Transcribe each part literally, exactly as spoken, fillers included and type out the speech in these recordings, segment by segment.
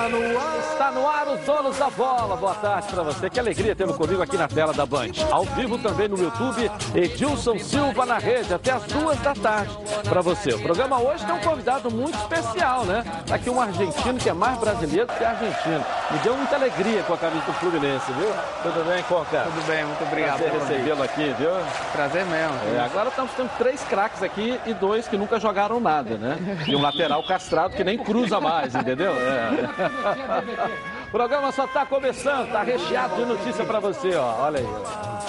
Está no ar. Está no ar os donos da bola. Boa tarde para você. Que alegria tê-lo comigo aqui na tela da Band. Ao vivo também no YouTube, Edilson Silva na rede, até as duas da tarde para você. O programa hoje tem um convidado muito especial, né? Tá aqui um argentino que é mais brasileiro que argentino. Me deu muita alegria com a camisa do Fluminense, viu? Tudo bem, Conca? Tudo bem, muito obrigado. Prazer recebê-lo aqui, viu? Prazer mesmo. É, agora estamos tendo três craques aqui e dois que nunca jogaram nada, né? E um lateral castrado que nem cruza mais, entendeu? É. O programa só está começando, está recheado de notícia para você, ó. Olha aí.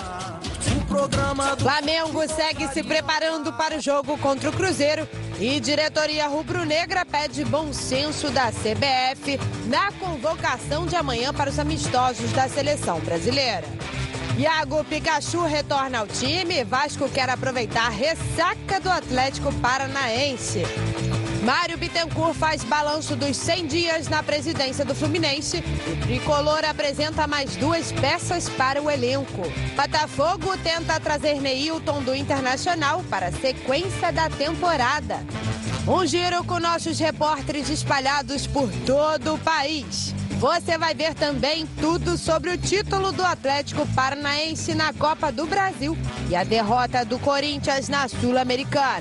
Flamengo segue se preparando para o jogo contra o Cruzeiro e diretoria rubro-negra pede bom senso da C B F na convocação de amanhã para os amistosos da seleção brasileira. Iago Pikachu retorna ao time, Vasco quer aproveitar a ressaca do Atlético Paranaense. Mário Bittencourt faz balanço dos cem dias na presidência do Fluminense e Tricolor apresenta mais duas peças para o elenco. Botafogo tenta trazer Neilton do Internacional para a sequência da temporada. Um giro com nossos repórteres espalhados por todo o país. Você vai ver também tudo sobre o título do Atlético Paranaense na Copa do Brasil e a derrota do Corinthians na Sul-Americana.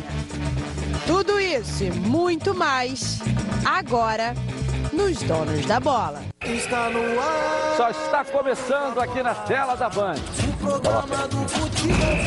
Tudo isso e muito mais, agora, nos Donos da Bola. Está no ar. Só está começando aqui na tela da Band. O programa do futebol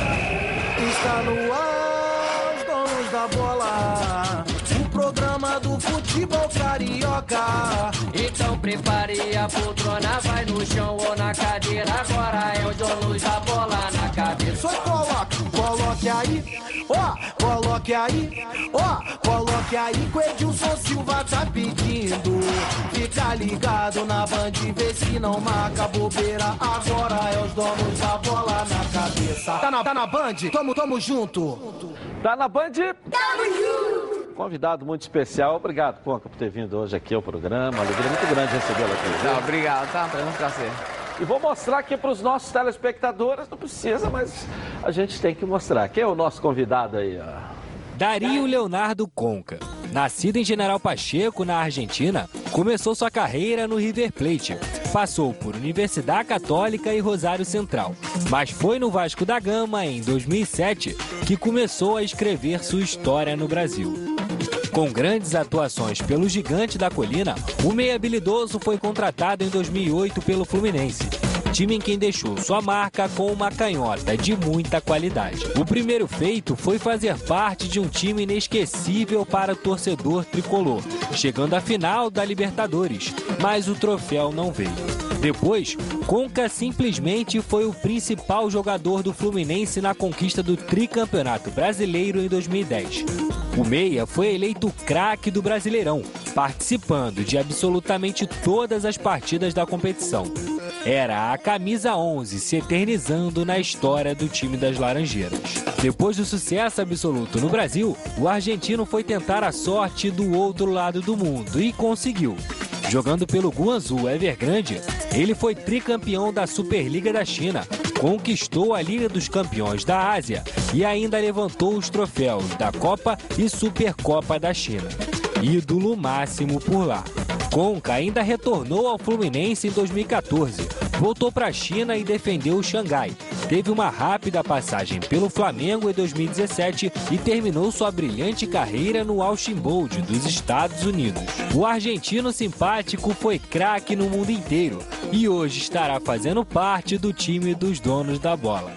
está no ar, os Donos da Bola. O programa do futebol carioca. Então prepare a poltrona, vai no chão ou na cadeira. Agora é os Donos da Bola na cabeça. Só coloque, coloque aí, ó, coloque aí, ó, coloque aí que o Edilson Silva tá pedindo. Fica ligado na Band, vê se não marca bobeira. Agora é os Donos da Bola na cabeça. Tá na, tá na Band? Tamo, tamo junto. Tá na Band? Tamo junto! Convidado muito especial. Obrigado, Conca, por ter vindo hoje aqui ao programa. Uma alegria muito grande recebê-lo aqui. Viu? Não, obrigado, tá? É um prazer. E vou mostrar aqui para os nossos telespectadores. Não precisa, mas a gente tem que mostrar. Quem é o nosso convidado aí, ó? Dario Leonardo Conca. Nascido em General Pacheco, na Argentina, começou sua carreira no River Plate. Passou por Universidade Católica e Rosário Central. Mas foi no Vasco da Gama, em dois mil e sete, que começou a escrever sua história no Brasil. Com grandes atuações pelo Gigante da Colina, o meia habilidoso foi contratado em dois mil e oito pelo Fluminense, time em quem deixou sua marca com uma canhota de muita qualidade. O primeiro feito foi fazer parte de um time inesquecível para o torcedor tricolor, chegando à final da Libertadores, mas o troféu não veio. Depois, Conca simplesmente foi o principal jogador do Fluminense na conquista do tricampeonato brasileiro em dois mil e dez. O meia foi eleito craque do Brasileirão, participando de absolutamente todas as partidas da competição. Era a camisa onze se eternizando na história do time das Laranjeiras. Depois do sucesso absoluto no Brasil, o argentino foi tentar a sorte do outro lado do mundo e conseguiu. Jogando pelo Guangzhou Evergrande, ele foi tricampeão da Superliga da China, conquistou a Liga dos Campeões da Ásia e ainda levantou os troféus da Copa e Supercopa da China. Ídolo máximo por lá. Conca ainda retornou ao Fluminense em dois mil e quatorze, voltou para a China e defendeu o Xangai. Teve uma rápida passagem pelo Flamengo em dois mil e dezessete e terminou sua brilhante carreira no Austin Bold dos Estados Unidos. O argentino simpático foi craque no mundo inteiro e hoje estará fazendo parte do time dos Donos da Bola.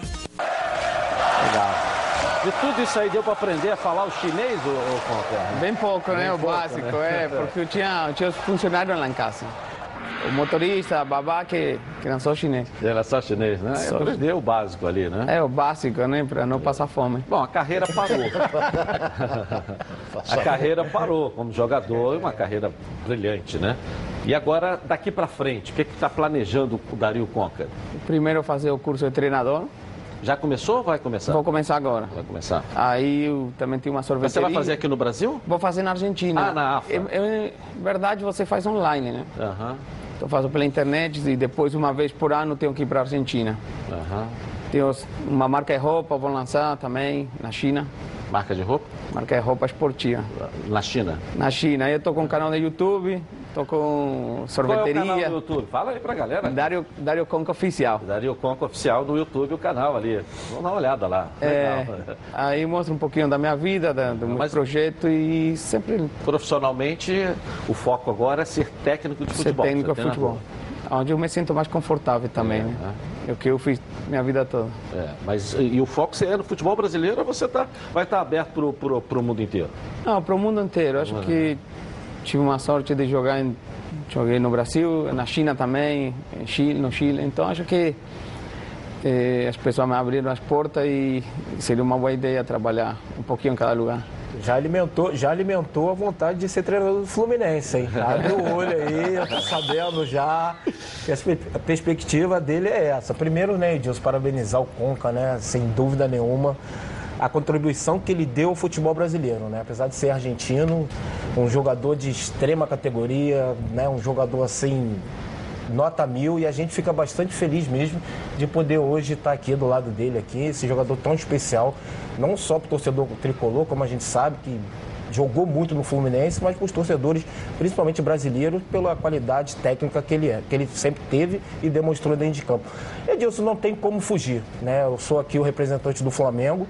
Legal. De tudo isso aí deu para aprender a falar o chinês, ou, ou Conca? Bem pouco, né? Bem o pouco, básico, né? é, porque eu tinha, eu tinha os funcionários lá em casa. O motorista, a babá, que, que não sou chinês. Era só chinês, né? Só. Aprendeu o básico ali, né? É o básico, né? Para não passar fome. Bom, a carreira parou. A carreira parou como jogador, uma carreira brilhante, né? E agora, daqui para frente, o que está planejando o Dario Conca? Primeiro fazer o curso de treinador. Já começou ou vai começar? Vou começar agora. Vai começar. Aí eu também tenho uma sorveteria. Mas você vai fazer aqui no Brasil? Vou fazer na Argentina. Ah, na AFA. É, é, verdade, você faz online, né? Aham. Uhum. Então eu faço pela internet e depois, uma vez por ano, tenho que ir para a Argentina. Aham. Uhum. Tenho uma marca de roupa, vou lançar também na China. Marca de roupa? Marca de roupa esportiva. Na China? Na China. Aí eu tô com um canal no YouTube, tô com Qual é o sorveteria. canal no YouTube? Fala aí pra galera. Dário, Dário Conca Oficial. Dario Conca Oficial no YouTube, o canal ali. Vamos dar uma olhada lá. É, Legal. aí mostra um pouquinho da minha vida, da, do meu Mas- projeto e sempre Profissionalmente, o foco agora é ser técnico de ser futebol. técnico Ser de futebol. treinador. Onde eu me sinto mais confortável também, É, né? É o que eu fiz minha vida toda. É, mas e, e o foco você é no futebol brasileiro ou você tá, vai estar aberto pro, pro, pro mundo inteiro? Não, para o mundo inteiro. Acho que tive uma sorte de jogar em, joguei no Brasil, na China também, em Chile, no Chile. Então acho que eh, as pessoas me abriram as portas e seria uma boa ideia trabalhar um pouquinho em cada lugar. Já alimentou, já alimentou a vontade de ser treinador do Fluminense, hein? Abre o olho aí, eu tô sabendo já. que A perspe- a perspectiva dele é essa. Primeiro, né, Edilson, parabenizar o Conca, né? Sem dúvida nenhuma. A contribuição que ele deu ao futebol brasileiro, né? Apesar de ser argentino, um jogador de extrema categoria, né? Um jogador assim, nota mil, e a gente fica bastante feliz mesmo de poder hoje estar aqui do lado dele aqui, esse jogador tão especial, não só para o torcedor tricolor, como a gente sabe que jogou muito no Fluminense, mas para os torcedores, principalmente brasileiros, pela qualidade técnica que ele é, que ele sempre teve e demonstrou dentro de campo. Edilson, não tem como fugir, né? Eu sou aqui o representante do Flamengo.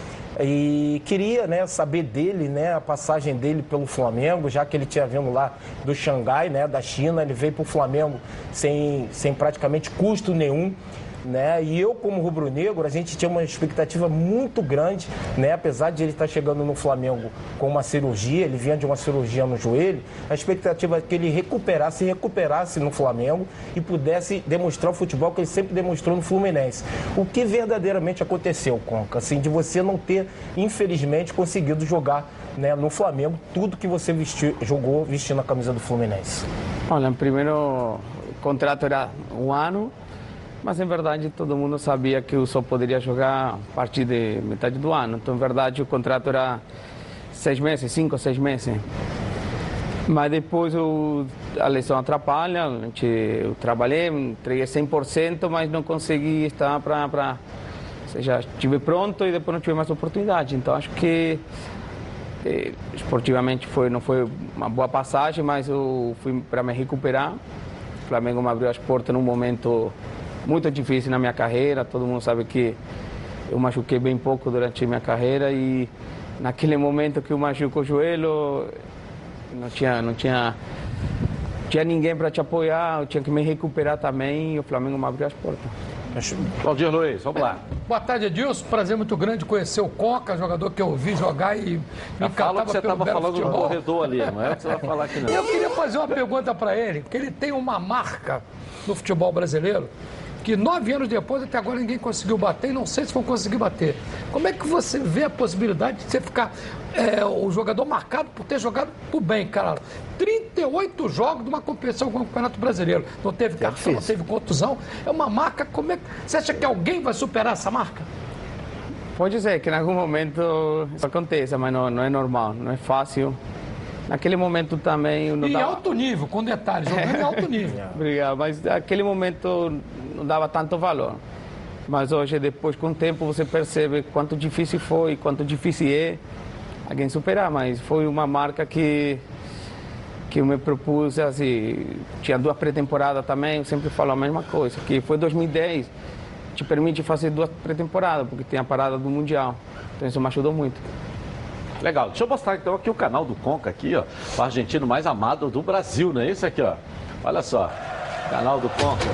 E queria, né, saber dele, né, a passagem dele pelo Flamengo, já que ele tinha vindo lá do Xangai, né, da China, ele veio para o Flamengo sem, sem praticamente custo nenhum. Né? E eu, como rubro-negro, a gente tinha uma expectativa muito grande, né? Apesar de ele estar chegando no Flamengo com uma cirurgia, ele vinha de uma cirurgia no joelho, a expectativa é que ele recuperasse, recuperasse no Flamengo e pudesse demonstrar o futebol que ele sempre demonstrou no Fluminense. O que verdadeiramente aconteceu, Conca, assim, de você não ter, infelizmente, conseguido jogar, né, no Flamengo tudo que você vestiu, jogou vestindo a camisa do Fluminense. Olha, primeiro o contrato era um ano, mas em verdade todo mundo sabia que eu só poderia jogar a partir de metade do ano. Então, em verdade, o contrato era seis meses, cinco, seis meses. Mas depois o, a lesão atrapalha, a gente, eu trabalhei, entreguei cem por cento, mas não consegui estar para... Pra, ou seja, estive pronto e depois não tive mais oportunidade. Então, acho que eh, esportivamente foi, não foi uma boa passagem, mas eu fui para me recuperar. O Flamengo me abriu as portas num momento muito difícil na minha carreira. Todo mundo sabe que eu machuquei bem pouco durante a minha carreira e naquele momento que eu machuco o joelho, não tinha, não tinha, tinha ninguém para te apoiar, eu tinha que me recuperar também e o Flamengo me abriu as portas. Valdir Luiz, vamos lá. Boa tarde, Edilson. Prazer muito grande conhecer o Conca, jogador que eu vi jogar e me Já fala encantava que você pelo estava belo falando no futebol. corredor ali, não é o que você vai falar aqui não. Eu queria fazer uma pergunta para ele, porque ele tem uma marca no futebol brasileiro que nove anos depois, até agora, ninguém conseguiu bater e não sei se vão conseguir bater. Como é que você vê a possibilidade de você ficar é, o jogador marcado por ter jogado por bem, cara? trinta e oito jogos de uma competição com o Campeonato Brasileiro. Não teve cartão, não teve contusão. É uma marca, como é que... Você acha que alguém vai superar essa marca? Pode ser que em algum momento isso aconteça, mas não, não é normal, não é fácil. Naquele momento também... Não E em dava... alto nível, com detalhes, jogando em alto nível. Obrigado, mas naquele momento não dava tanto valor. Mas hoje, depois, com o tempo, você percebe quanto difícil foi, quanto difícil é alguém superar. Mas foi uma marca que, que eu me propus, assim, tinha duas pré-temporadas também, eu sempre falo a mesma coisa, que foi dois mil e dez, te permite fazer duas pré-temporadas, porque tem a parada do Mundial. Então isso me ajudou muito. Legal, deixa eu mostrar então aqui o canal do Conca aqui, ó, o argentino mais amado do Brasil, não é isso aqui, ó? Olha só, canal do Conca.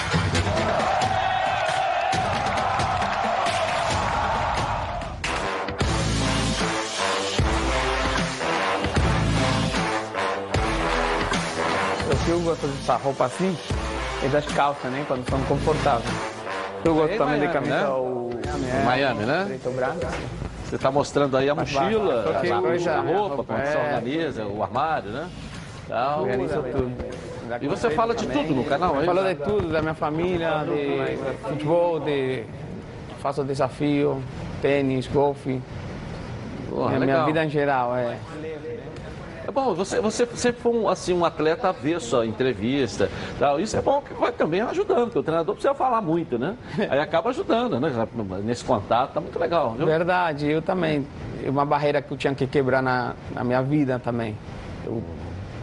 O que eu gosto dessa roupa assim é das calças, né? Quando são confortáveis. Eu gosto É em também Miami, de camisa né? ou... Em Miami, né? Preto ou branco. Você está mostrando aí a mochila, Só que a, hoje a a roupa, roupa, quando você é. organiza, o armário, né? Tal. Organizo tudo. E você fala de tudo no canal, é? Falo de tudo, da minha família, de futebol, de... faço desafio, tênis, golfe. Porra, É a minha legal. vida em geral, é. É bom, você, você, você foi um, assim, um atleta avesso à entrevista, tal. Isso é bom que vai também ajudando, porque o treinador precisa falar muito, né? Aí acaba ajudando, né? Nesse contato, tá muito legal, viu? Verdade, eu também. É uma barreira que eu tinha que quebrar na, na minha vida também. Eu, para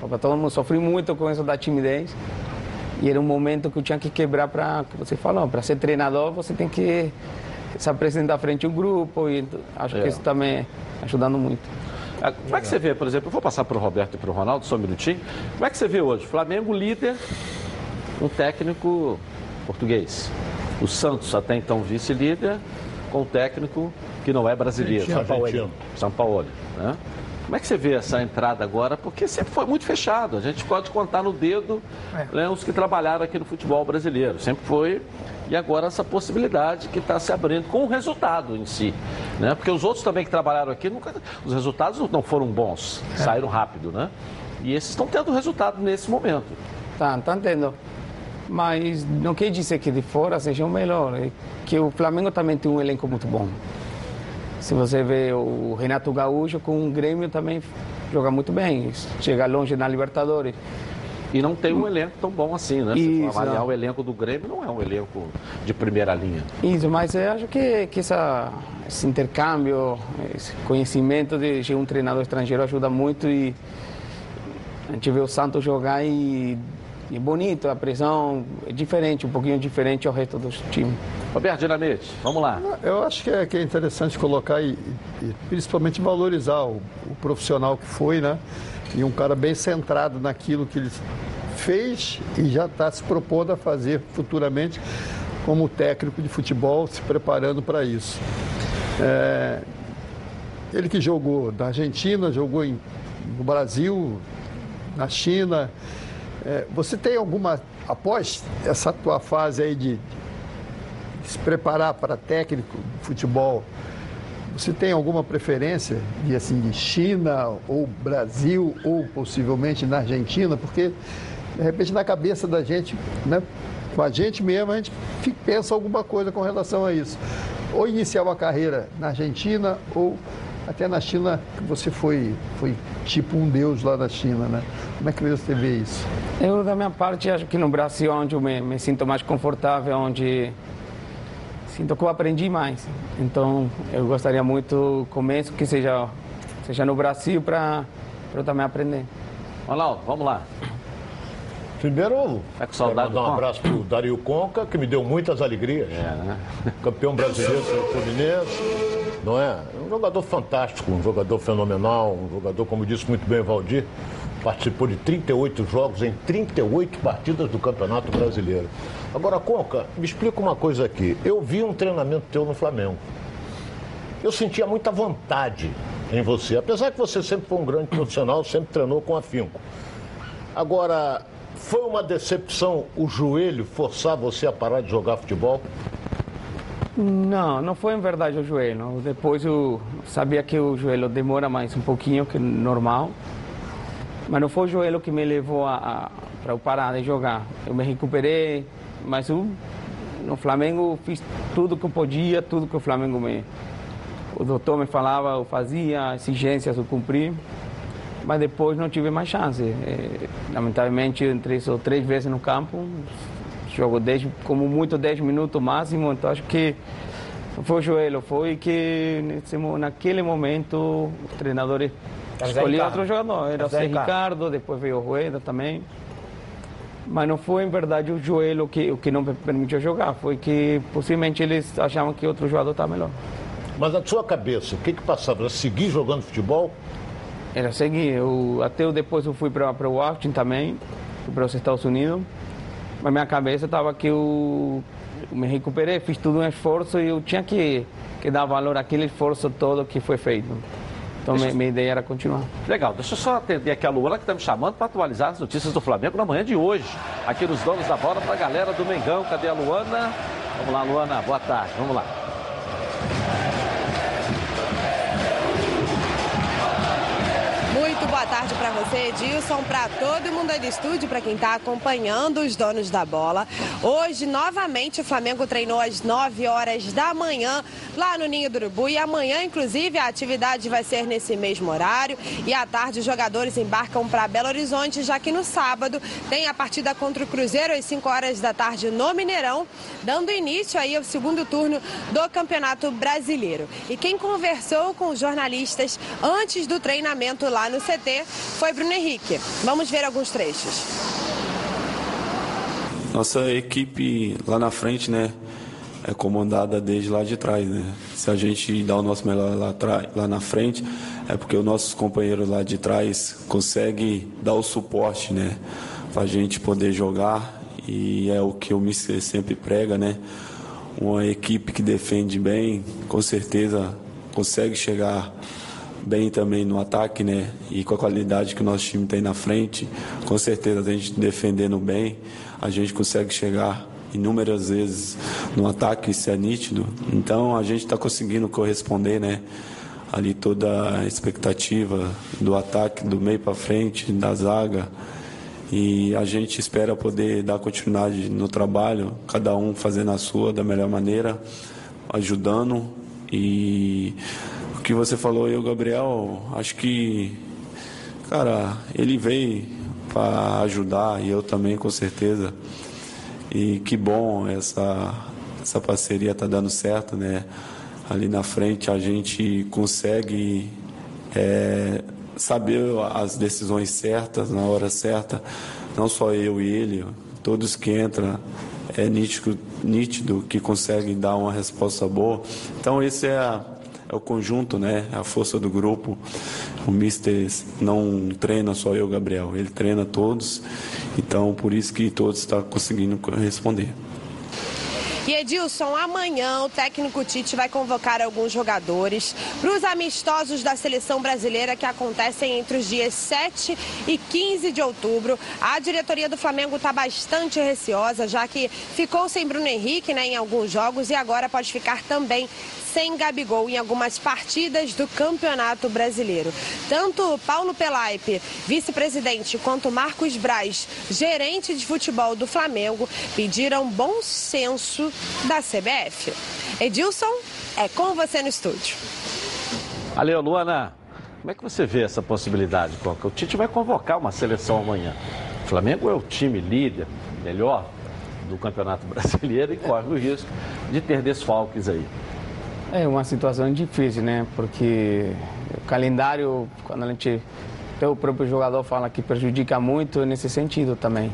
para todo mundo. Sofri muito com isso da timidez. E era um momento que eu tinha que quebrar para, que você falou, para ser treinador você tem que se apresentar frente ao grupo e acho é. que isso também ajudando muito. Como é que você vê, por exemplo, eu vou passar para o Roberto e para o Ronaldo só um minutinho, como é que você vê hoje? Flamengo líder, um técnico português. O Santos até então vice-líder, com um técnico que não é brasileiro. São Paulo. São Paulo, né? Como é que você vê essa entrada agora? Porque sempre foi muito fechado. A gente pode contar no dedo é. né, os que trabalharam aqui no futebol brasileiro. Sempre foi. E agora essa possibilidade que está se abrindo com o resultado em si. Né? Porque os outros também que trabalharam aqui, nunca, os resultados não foram bons. É. Saíram rápido, né? E esses estão tendo resultado nesse momento. Tá, estão tendo. Mas não quer dizer que de fora seja o melhor. É que o Flamengo também tem um elenco muito bom. Se você vê o Renato Gaúcho com o Grêmio também joga muito bem, chega longe na Libertadores. E não tem um elenco tão bom assim, né? Se for avaliar o elenco do Grêmio, não é um elenco de primeira linha. Isso, mas eu acho que, que essa, esse intercâmbio, esse conhecimento de, de um treinador estrangeiro ajuda muito e a gente vê o Santos jogar e é bonito, a pressão é diferente, um pouquinho diferente ao resto dos times. Roberto Dinamite, vamos lá. Eu acho que é, que é interessante colocar e, e principalmente valorizar o, o profissional que foi, né? E um cara bem centrado naquilo que ele fez e já está se propondo a fazer futuramente como técnico de futebol, se preparando para isso. É, ele que jogou na Argentina, jogou em, no Brasil, na China. É, você tem alguma, após essa tua fase aí de, de se preparar para técnico de futebol, você tem alguma preferência de, assim, de China ou Brasil ou possivelmente na Argentina? Porque, de repente, na cabeça da gente, né, com a gente mesmo, a gente pensa alguma coisa com relação a isso. Ou iniciar uma carreira na Argentina ou até na China, que você foi, foi tipo um deus lá na China, né? Como é que você vê isso? Eu, da minha parte, acho que no Brasil, onde eu me, me sinto mais confortável, onde sinto que eu aprendi mais. Então, eu gostaria muito, começo, que seja, seja no Brasil para eu também aprender. Ronaldo, vamos lá. Primeiro, é com saudade mandar um abraço para o Dario Conca, que me deu muitas alegrias. É, né? Campeão brasileiro pelo Fluminense, não é? Um jogador fantástico, um jogador fenomenal, um jogador, como disse muito bem o Valdir, participou de trinta e oito jogos em trinta e oito partidas do Campeonato Brasileiro. Agora, Conca, me explica uma coisa aqui. Eu vi um treinamento teu no Flamengo. Eu sentia muita vontade em você, apesar que você sempre foi um grande profissional, sempre treinou com afinco. Agora, foi uma decepção o joelho forçar você a parar de jogar futebol? Não, não foi em verdade o joelho. Depois eu sabia que o joelho demora mais um pouquinho que normal. Mas não foi o joelho que me levou a, a, para eu parar de jogar. Eu me recuperei, mas eu, no Flamengo fiz tudo que eu podia, tudo que o Flamengo me... O doutor me falava, eu fazia, exigências eu cumpri. Mas depois não tive mais chance. É, lamentavelmente, eu entrei só três vezes no campo. Jogo dez, como muito dez minutos máximo, então acho que não foi o joelho, foi que nesse, naquele momento o treinador escolheu outro jogador, era o Zé Ricardo, depois veio o Rueda também, mas não foi em verdade o joelho que, o que não me permitiu jogar, foi que possivelmente eles achavam que outro jogador estava melhor. Mas na sua cabeça, o que que passava? Era seguir jogando futebol? Era seguir, eu, até eu, depois eu fui para o Washington também, fui para os Estados Unidos. Mas minha cabeça estava que eu, eu me recuperei, fiz tudo um esforço e eu tinha que, que dar valor àquele esforço todo que foi feito. Então minha, minha ideia era continuar. Legal, deixa eu só atender aqui a Luana que está me chamando para atualizar as notícias do Flamengo na manhã de hoje. Aqui nos Donos da Bola para a galera do Mengão. Cadê a Luana? Vamos lá, Luana, boa tarde, vamos lá. Muito boa tarde para você, Edilson, para todo mundo aí do estúdio, para quem está acompanhando os Donos da Bola. Hoje, novamente, o Flamengo treinou às nove horas da manhã lá no Ninho do Urubu. E amanhã, inclusive, a atividade vai ser nesse mesmo horário. E à tarde, os jogadores embarcam para Belo Horizonte, já que no sábado tem a partida contra o Cruzeiro às cinco horas da tarde no Mineirão, dando início aí ao segundo turno do Campeonato Brasileiro. E quem conversou com os jornalistas antes do treinamento lá no C T bater foi Bruno Henrique. Vamos ver alguns trechos. Nossa equipe lá na frente, né, é comandada desde lá de trás, né? Se a gente dá o nosso melhor lá, lá na frente, é porque os nossos companheiros lá de trás conseguem dar o suporte, né, para a gente poder jogar, e é o que o mister sempre prega, né? Uma equipe que defende bem, com certeza consegue chegar bem também no ataque, né? E com a qualidade que o nosso time tem na frente, com certeza a gente defendendo bem, a gente consegue chegar inúmeras vezes no ataque, isso é nítido. Então a gente está conseguindo corresponder, né? Ali toda a expectativa do ataque, do meio para frente, da zaga. E a gente espera poder dar continuidade no trabalho, cada um fazendo a sua da melhor maneira, ajudando. E o que você falou aí, o Gabriel, acho que, cara, ele veio para ajudar e eu também, com certeza. E que bom essa, essa parceria tá dando certo, né? Ali na frente a gente consegue é, saber as decisões certas, na hora certa, não só eu e ele, todos que entram, é nítido, nítido que conseguem dar uma resposta boa. Então esse é, a, é o conjunto, né? A força do grupo. O mister não treina só eu, Gabriel, ele treina todos, então por isso que todos estão conseguindo responder. E Edilson, amanhã o técnico Tite vai convocar alguns jogadores para os amistosos da seleção brasileira que acontecem entre os dias sete e quinze de outubro. A diretoria do Flamengo está bastante receosa, já que ficou sem Bruno Henrique, né, em alguns jogos, e agora pode ficar também sem Gabigol em algumas partidas do Campeonato Brasileiro. Tanto Paulo Pelaipe, vice-presidente, quanto Marcos Braz, gerente de futebol do Flamengo, pediram bom senso da C B F. Edilson, é com você no estúdio. Valeu, Luana. Como é que você vê essa possibilidade, Coca? O Tite vai convocar uma seleção amanhã. O Flamengo é o time líder, melhor do Campeonato Brasileiro, e corre o risco de ter desfalques aí. É uma situação difícil, né? Porque o calendário, quando a gente, até o próprio jogador fala que prejudica muito nesse sentido também.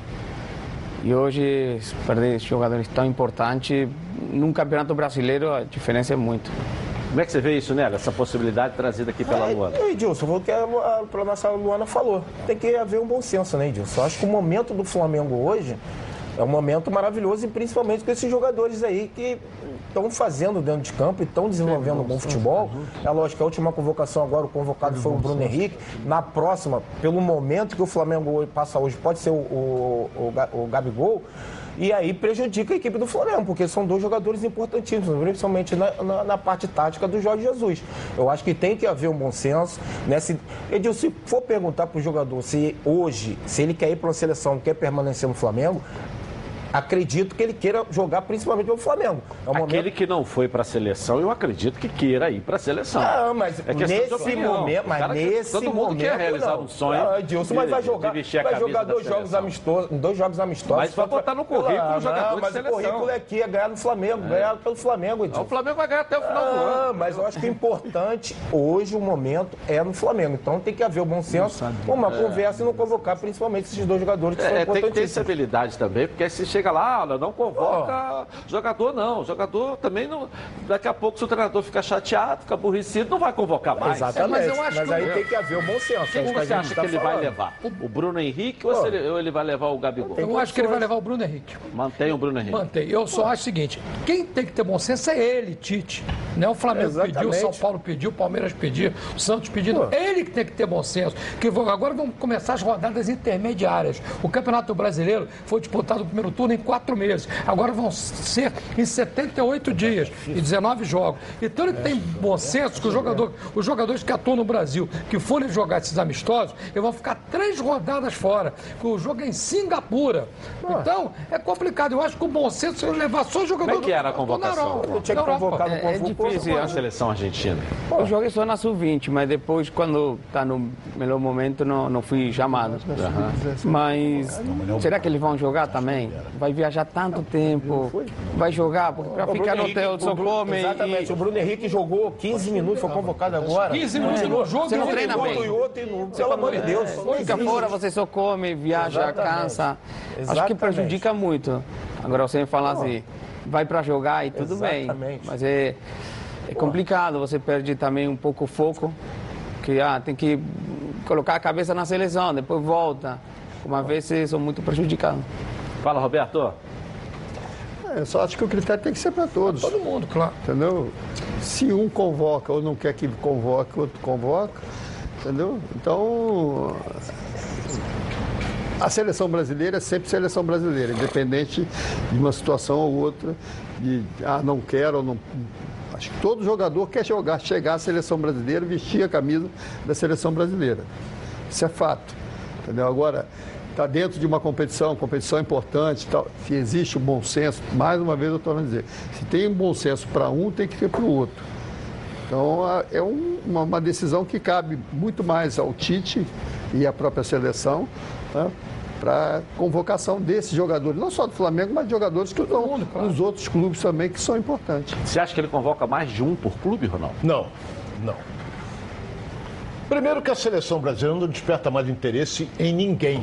E hoje, perder jogadores tão importantes, num campeonato brasileiro, a diferença é muito. Como é que você vê isso, né? Essa possibilidade trazida aqui pela Luana? É, Edilson, vou que a, a, a nossa Luana falou. Tem que haver um bom senso, né, Edilson? Eu acho que o momento do Flamengo hoje é um momento maravilhoso, e principalmente com esses jogadores aí que estão fazendo dentro de campo e estão desenvolvendo um bom futebol. É lógico que a última convocação agora, o convocado foi o Bruno Henrique. Na próxima, pelo momento que o Flamengo passa hoje, pode ser o, o, o, o Gabigol. E aí prejudica a equipe do Flamengo, porque são dois jogadores importantíssimos, principalmente na, na, na parte tática do Jorge Jesus. Eu acho que tem que haver um bom senso. Né? Se, Edilson, se for perguntar para o jogador se hoje, se ele quer ir para uma seleção, quer permanecer no Flamengo, acredito que ele queira jogar principalmente pelo Flamengo. É um Aquele momento... que não foi para a seleção, eu acredito que queira ir para a seleção. Não, mas é nesse momento, mas nesse todo mundo momento, quer realizar não. um sonho. Não, Edilson, mas vai jogar, vai jogar dois jogos amistosos, dois jogos amistosos. Mas vai botar no currículo ah, o jogador não, de mas seleção. o currículo é aqui, é ganhar no Flamengo, é. ganhar pelo Flamengo, Edilson. O Flamengo vai ganhar até o final ah, do ano. Mas eu acho que o importante hoje, o momento, é no Flamengo. Então tem que haver o bom senso, uma é. conversa e não convocar principalmente esses dois jogadores que é, são importantíssimos. Tem que ter essa habilidade também, porque aí se chega lá, não convoca jogador, não. Jogador também não. Daqui a pouco, se o treinador ficar chateado, fica aborrecido, não vai convocar mais. Exatamente. É, mas eu acho mas que aí eu... tem que haver o bom senso. Quem você acha que, tá que ele falando? vai levar? O Bruno Henrique ou, ele, ou ele vai levar o Gabigol? Eu acho que ele vai levar o Bruno Henrique. Mantém o Bruno Henrique. Mantém. Eu só acho o seguinte: quem tem que ter bom senso é ele, Tite. Não é o Flamengo Exatamente. pediu, o São Paulo pediu, o Palmeiras pediu, o Santos pediu. Pô. Ele que tem que ter bom senso. Que agora vão começar as rodadas intermediárias. O Campeonato Brasileiro foi disputado no primeiro turno em quatro meses. Agora vão ser em setenta e oito dias e dezenove jogos. Então ele tem bom senso que o jogador, os jogadores que atuam no Brasil, que forem jogar esses amistosos, eles vão ficar três rodadas fora. O jogo é em Singapura. Então é complicado. Eu acho que o bom senso é levar só jogador. Como é que era a convocação? Eu tinha que convocar no é, é difícil a seleção argentina. Eu joguei só na sub vinte, mas depois, quando está no melhor momento, não, não fui chamado. Uhum. Mas será que eles vão jogar também? vai viajar tanto tempo, vai jogar, porque para ficar no hotel só come. Exatamente, e... o Bruno Henrique jogou quinze minutos, foi convocado agora. quinze minutos É. no jogo, Você não treina bem. E outro, e no... Pelo amor de Deus. Fica fora, você só come, viaja, Exatamente. cansa. Acho que Exatamente. prejudica muito. Agora você fala assim, vai para jogar e tudo Exatamente. bem. Mas é, é complicado, você perde também um pouco o foco, que ah, tem que colocar a cabeça na seleção, depois volta. Uma vez vocês são muito prejudicados. Fala, Roberto. É, eu só acho que o critério tem que ser para todos. Todo mundo, claro. Entendeu? Se um convoca ou não quer que convoque, o outro convoca. Entendeu? Então, a seleção brasileira é sempre seleção brasileira, independente de uma situação ou outra, de ah, não quero ou não. Acho que todo jogador quer jogar, chegar à seleção brasileira, vestir a camisa da seleção brasileira. Isso é fato. Entendeu? Agora, está dentro de uma competição, competição importante, tal, se existe o bom senso, mais uma vez eu estou a dizer, se tem um bom senso para um, tem que ter para o outro. Então, é um, uma, uma decisão que cabe muito mais ao Tite e à própria seleção, né, para convocação desses jogadores, não só do Flamengo, mas de jogadores que estão mundo, claro. nos outros clubes também, que são importantes. Você acha que ele convoca mais de um por clube, Ronaldo? Não, não. Primeiro que a seleção brasileira não desperta mais interesse em ninguém.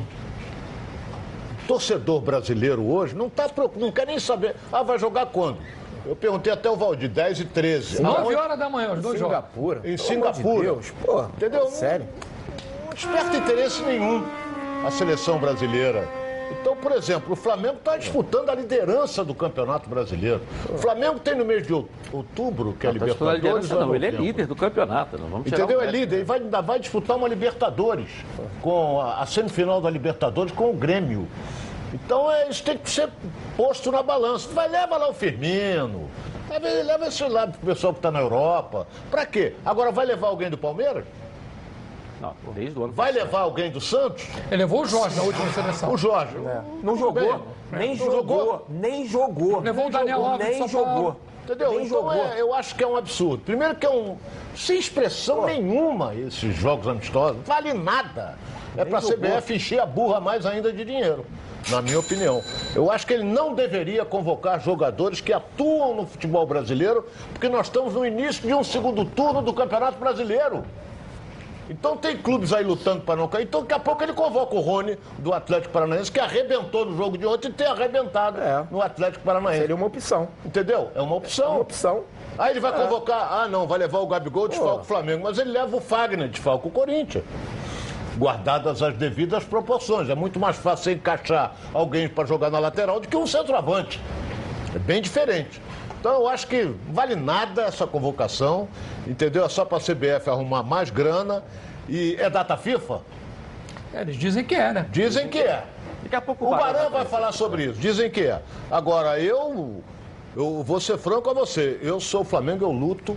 O torcedor brasileiro hoje não, tá, não quer nem saber, ah, vai jogar quando? Eu perguntei até o Valdir, dez e treze. nove horas da manhã, os dois jogos. Singapura. Em Singapura. De Deus, pô, entendeu? Sério? Não, não desperta interesse nenhum a seleção brasileira. Então, por exemplo, o Flamengo está disputando a liderança do Campeonato Brasileiro. O Flamengo tem no mês de outubro, que é a Não, tá disputando a Libertadores. liderança, não, ele é novembro. líder do campeonato. Não vamos tirar Entendeu? o É mérito. líder. Ele vai, ainda vai disputar uma Libertadores, com a, a semifinal da Libertadores com o Grêmio. Então, é, isso tem que ser posto na balança. Vai, leva lá o Firmino, leva, leva esse lá pro pessoal que está na Europa. Para quê? Agora, vai levar alguém do Palmeiras? Não, desde o ano Vai passado. levar alguém do Santos? Ele levou o Jorge na última seleção. O Jorge. Não jogou, nem Não jogou, jogou? nem jogou. Levou o Daniel Alves de nem São Paulo. jogou. Entendeu? Nem Então, jogou. é, eu acho que é um absurdo. Primeiro que é um... Sem expressão nenhuma, esses jogos amistosos. Vale nada. É para a C B F encher a burra mais ainda de dinheiro, na minha opinião. Eu acho que ele não deveria convocar jogadores que atuam no futebol brasileiro, porque nós estamos no início de um segundo turno do Campeonato Brasileiro. Então tem clubes aí lutando para não cair. Então daqui a pouco ele convoca o Rony do Atlético Paranaense, que arrebentou no jogo de ontem e tem arrebentado É. no Atlético Paranaense. Seria uma opção. Entendeu? É uma opção. Uma opção. Aí ele vai convocar, ah não, vai levar o Gabigol de Falco Flamengo, mas ele leva o Fagner de Falco Corinthians. Guardadas as devidas proporções. É muito mais fácil você encaixar alguém para jogar na lateral do que um centroavante. É bem diferente. Então eu acho que vale nada essa convocação, entendeu? É só para a C B F arrumar mais grana. E é data FIFA? É, eles dizem que é, né? Dizem que é. Daqui a pouco O Barão Barão vai aparecer. falar sobre isso, dizem que é. Agora, eu, eu vou ser franco a você, eu sou o Flamengo, eu luto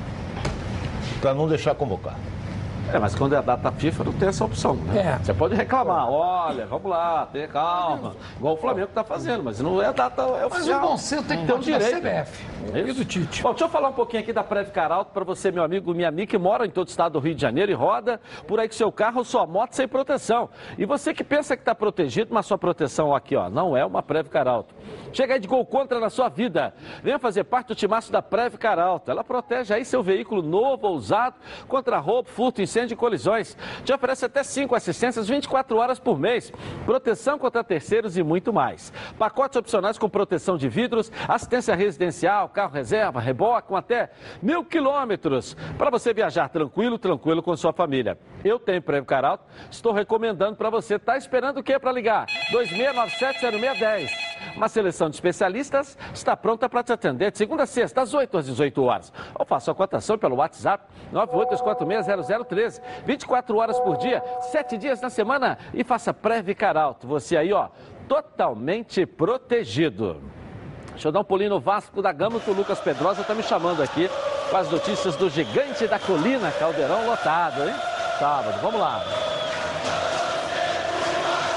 para não deixar convocar. É, mas quando é data FIFA não tem essa opção, né? É. Você pode reclamar, olha, vamos lá, tenha calma, igual o Flamengo está fazendo, mas não é data é Mas oficial. o bom senso tem que ter ter um da direito. C B F É e isso? do Tite. Bom, deixa eu falar um pouquinho aqui da Previcar Auto para você, meu amigo, minha amiga, que mora em todo o estado do Rio de Janeiro e roda por aí com seu carro ou sua moto sem proteção. E você que pensa que está protegido, mas sua proteção aqui, ó, não é uma Previcar Auto. Chega aí de gol contra na sua vida. Venha fazer parte do timaço da Previcar Auto. Ela protege aí seu veículo novo ou usado contra roubo, furto, incêndio e colisões. Te oferece até cinco assistências vinte e quatro horas por mês, proteção contra terceiros e muito mais. Pacotes opcionais com proteção de vidros, assistência residencial, carro reserva, reboque com até mil quilômetros, para você viajar tranquilo, tranquilo com sua família. Eu tenho Previcar Auto, estou recomendando para você. Tá esperando o quê para ligar? dois seis nove sete zero seis um zero. Uma seleção de especialistas está pronta para te atender de segunda a sexta, às oito às dezoito horas. Ou faça a cotação pelo WhatsApp nove oito dois quatro seis zero zero um três. vinte e quatro horas por dia, sete dias na semana e faça Previcar Auto. Você aí, ó, totalmente protegido. Deixa eu dar um pulinho no Vasco da Gama, que o Lucas Pedrosa está me chamando aqui com as notícias do Gigante da Colina, Caldeirão lotado, hein? Sábado, vamos lá.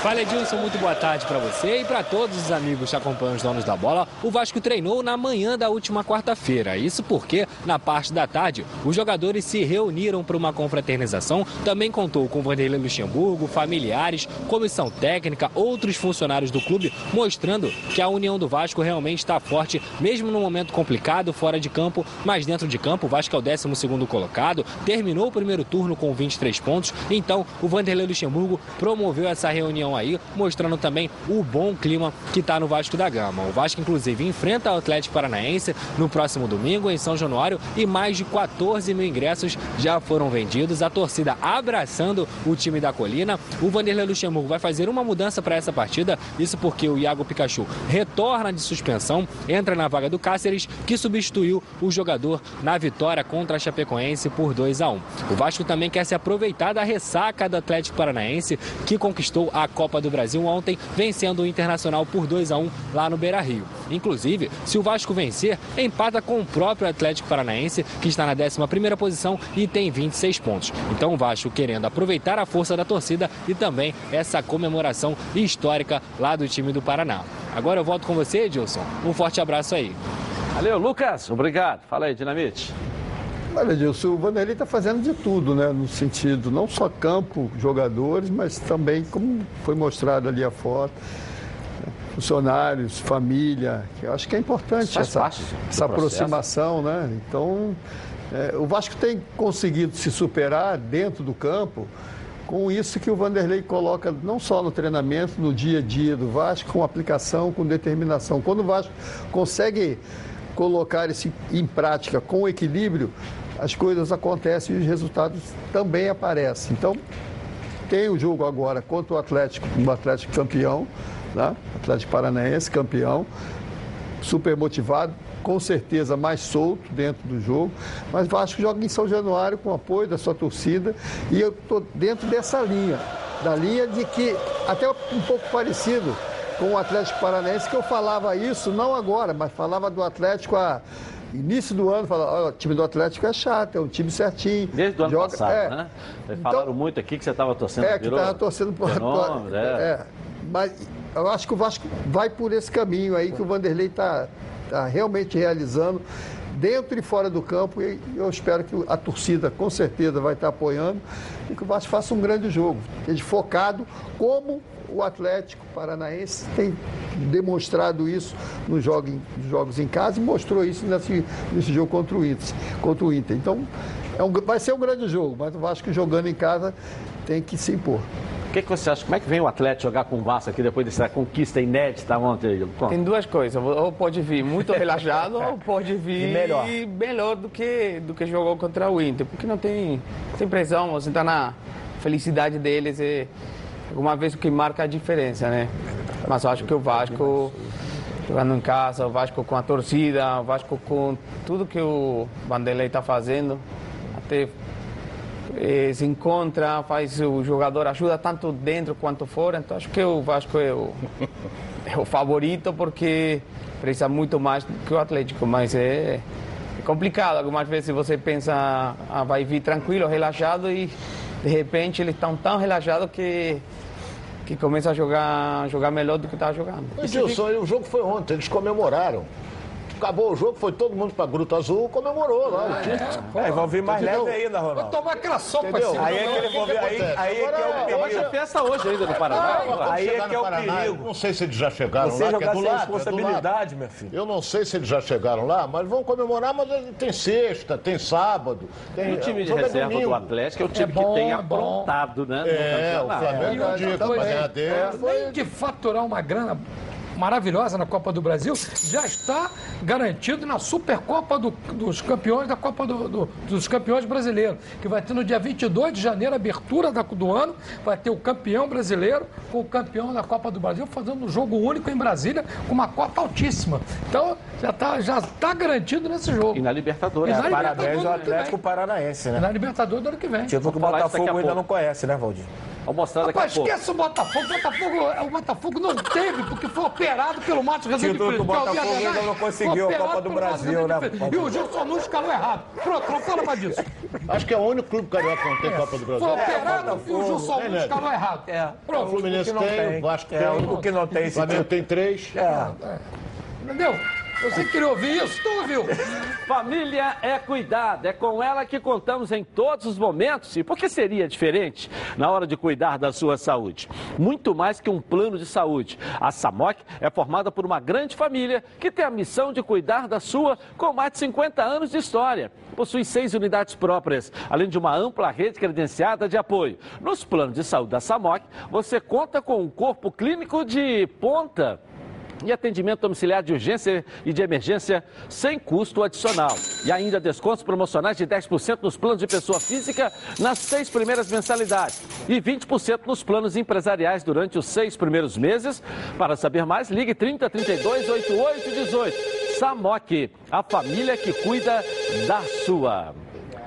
Fala, Edilson, muito boa tarde para você e para todos os amigos que acompanham os donos da bola. O Vasco treinou na manhã da última quarta-feira. Isso porque, na parte da tarde, os jogadores se reuniram para uma confraternização. Também contou com Vanderlei Luxemburgo, familiares, comissão técnica, outros funcionários do clube, mostrando que a união do Vasco realmente está forte, mesmo num momento complicado, fora de campo, mas dentro de campo. O Vasco é o décimo segundo colocado, terminou o primeiro turno com vinte e três pontos. Então, o Vanderlei Luxemburgo promoveu essa reunião aí, mostrando também o bom clima que está no Vasco da Gama. O Vasco, inclusive, enfrenta o Atlético Paranaense no próximo domingo em São Januário e mais de quatorze mil ingressos já foram vendidos. A torcida abraçando o time da Colina. O Vanderlei Luxemburgo vai fazer uma mudança para essa partida, isso porque o Iago Pikachu retorna de suspensão, entra na vaga do Cáceres, que substituiu o jogador na vitória contra a Chapecoense por dois a um. O Vasco também quer se aproveitar da ressaca do Atlético Paranaense, que conquistou a Copa do Brasil ontem, vencendo o Internacional por dois a um lá no Beira-Rio. Inclusive, se o Vasco vencer, empata com o próprio Atlético Paranaense, que está na décima primeira posição e tem vinte e seis pontos. Então o Vasco querendo aproveitar a força da torcida e também essa comemoração histórica lá do time do Paraná. Agora eu volto com você, Edilson. Um forte abraço aí. Valeu, Lucas. Obrigado. Fala aí, Dinamite. Olha, Edilson, o Vanderlei está fazendo de tudo, né? No sentido, não só campo, jogadores, mas também, como foi mostrado ali a foto, funcionários, família, que eu acho que é importante essa, essa aproximação, né? Então, é, o Vasco tem conseguido se superar dentro do campo com isso que o Vanderlei coloca não só no treinamento, no dia a dia do Vasco, com aplicação, com determinação. Quando o Vasco consegue colocar isso em prática com equilíbrio, as coisas acontecem e os resultados também aparecem. Então, tem o jogo agora contra o Atlético, o Atlético campeão, né? Atlético Paranaense campeão, super motivado, com certeza mais solto dentro do jogo, mas o Vasco joga em São Januário com o apoio da sua torcida e eu estou dentro dessa linha, da linha de que, até um pouco parecido com o Atlético Paranaense, que eu falava isso, não agora, mas falava do Atlético a início do ano, falava, oh, o time do Atlético é chato, é um time certinho. Desde o ano joga, passado, é. né? Vocês falaram então, muito aqui que você estava torcendo. É, que estava torcendo por... Fenômeno, por é. é. Mas eu acho que o Vasco vai por esse caminho aí que o Vanderlei está tá realmente realizando dentro e fora do campo, e eu espero que a torcida com certeza vai estar apoiando e que o Vasco faça um grande jogo, esteja focado como o Atlético Paranaense tem demonstrado isso nos jogos, nos jogos em casa e mostrou isso nesse, nesse jogo contra o Inter. Contra o Inter. Então, é um, vai ser um grande jogo, mas o Vasco jogando em casa tem que se impor. O que, que você acha? Como é que vem o Atlético jogar com o Vasco aqui depois dessa conquista inédita ontem? Pronto. Tem duas coisas. Ou pode vir muito relaxado ou pode vir melhor, melhor do, que, do que jogou contra o Inter. Porque não tem, tem pressão, você está na felicidade deles e alguma vez o que marca a diferença, né? Mas eu acho que o Vasco jogando em casa, o Vasco com a torcida, o Vasco com tudo que o Vanderlei está fazendo, até eh, se encontra, faz o jogador, ajuda tanto dentro quanto fora, então acho que o Vasco é o, é o favorito porque precisa muito mais do que o Atlético, mas é, é complicado. Algumas vezes você pensa, ah, vai vir tranquilo, relaxado e de repente eles estão tão relaxados que que começa a jogar, jogar melhor do que estava jogando. Edilson, o jogo foi ontem, eles comemoraram. Acabou o jogo, foi todo mundo pra Gruta Azul, comemorou lá. É, vão vir mais leve ainda, Ronaldo. Vou tomar aquela sopa assim. Aí é que ele vai ver, aí, aí é que é o perigo. Hoje é festa hoje ainda no Paraná. Aí é que é o perigo. Não sei se eles já chegaram Você lá, que é jogar do sem lado, responsabilidade, é do meu filho. Eu não sei se eles já chegaram lá, mas vão comemorar, mas tem sexta, tem sábado. Tem, o time de o reserva é do Atlético é o time É bom, que tem é bom. aprontado, né? É, o Flamengo é o dica, mas é a dele. Além de faturar uma grana maravilhosa na Copa do Brasil, já está garantido na Supercopa do, dos Campeões da Copa do, do, dos Campeões Brasileiros, que vai ter no dia vinte e dois de janeiro, abertura da, do ano, vai ter o campeão brasileiro com o campeão da Copa do Brasil, fazendo um jogo único em Brasília, com uma cota altíssima. Então, já está já tá garantido nesse jogo. E na Libertadores. E na É, parabéns Libertadores ao Atlético Paranaense, né? Na Libertadores do ano que vem. Tipo que o falar isso daqui Botafogo a ainda pouco. não conhece, né, Valdir? Vou mostrar daqui a Rapaz, pouco. esqueça o Botafogo. O Botafogo, o Botafogo não teve, porque foi operado pelo Matos Rezende Título Filho. do Botafogo ainda não conseguiu a Copa do Brasil, né? E o Gilson Nunes calou errado. Pronto, não fala mais disso. Acho que é o único clube carioca que não tem Copa do Brasil. Foi operado e o Gilson Nunes né? calou errado. É. O Fluminense O que não tem, tem. o Vasco É, tem. o único que não tem O Flamengo tem três. É. Entendeu? Você queria ouvir isso? Tu ouviu? Família é cuidado, é com ela que contamos em todos os momentos. E por que seria diferente na hora de cuidar da sua saúde? Muito mais que um plano de saúde. A Samok é formada por uma grande família que tem a missão de cuidar da sua com mais de cinquenta anos de história. Possui seis unidades próprias, além de uma ampla rede credenciada de apoio. Nos planos de saúde da Samok, você conta com um corpo clínico de ponta e atendimento domiciliar de urgência e de emergência sem custo adicional. E ainda descontos promocionais de dez por cento nos planos de pessoa física nas seis primeiras mensalidades e vinte por cento nos planos empresariais durante os seis primeiros meses. Para saber mais, ligue trinta, trinta e dois, oitenta e oito, dezoito. Samok, a família que cuida da sua.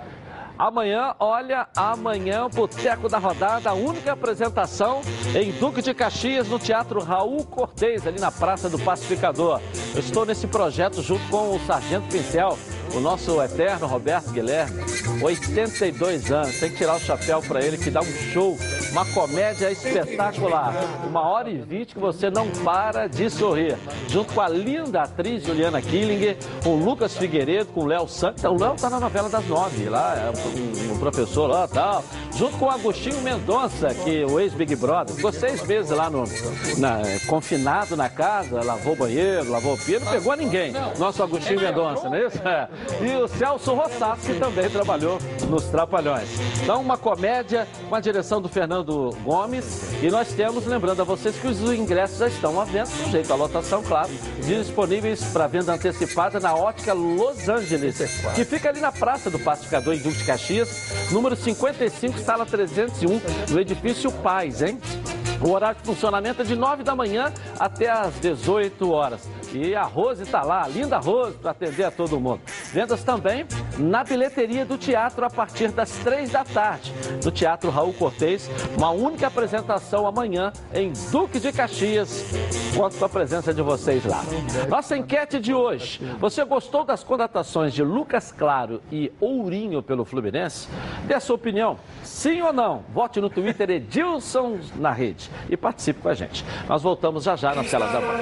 Amanhã, olha, amanhã o Boteco da Rodada, a única apresentação em Duque de Caxias, no Teatro Raul Cortez, ali na Praça do Pacificador. Eu estou nesse projeto junto com o Sargento Pincel, o nosso eterno Roberto Guilherme, oitenta e dois anos, tem que tirar o chapéu para ele, que dá um show, uma comédia espetacular, uma hora e vinte que você não para de sorrir, junto com a linda atriz Juliana Killing, com o Lucas Figueiredo, com o Léo Santos. O Léo tá na novela das nove, lá é um, um professor lá e tal, junto com o Agostinho Mendonça, que o ex-Big Brother, ficou seis meses lá no, na, confinado na casa, lavou banheiro, lavou o pia, não pegou ninguém, nosso Agostinho Mendonça, não é isso? É. E o Celso Rossato, que também trabalhou nos Trapalhões. Então, uma comédia com a direção do Fernando Gomes. E nós temos, lembrando a vocês, que os ingressos já estão à venda, sujeito à lotação, claro, disponíveis para venda antecipada na Ótica Los Angeles, que fica ali na Praça do Pacificador, em Duque de Caxias, número cinquenta e cinco, sala trezentos e um, no edifício Paz, hein? O horário de funcionamento é de nove da manhã até às dezoito horas. E a Rose está lá, a linda Rose, para atender a todo mundo. Vendas também na bilheteria do teatro a partir das três da tarde. No Teatro Raul Cortez, uma única apresentação amanhã em Duque de Caxias. Conto com a presença de vocês lá. Nossa enquete de hoje. Você gostou das contratações de Lucas Claro e Ourinho pelo Fluminense? Dê a sua opinião. Sim ou não? Vote no Twitter Edilson na Rede e participe com a gente. Nós voltamos já já nas telas da Band.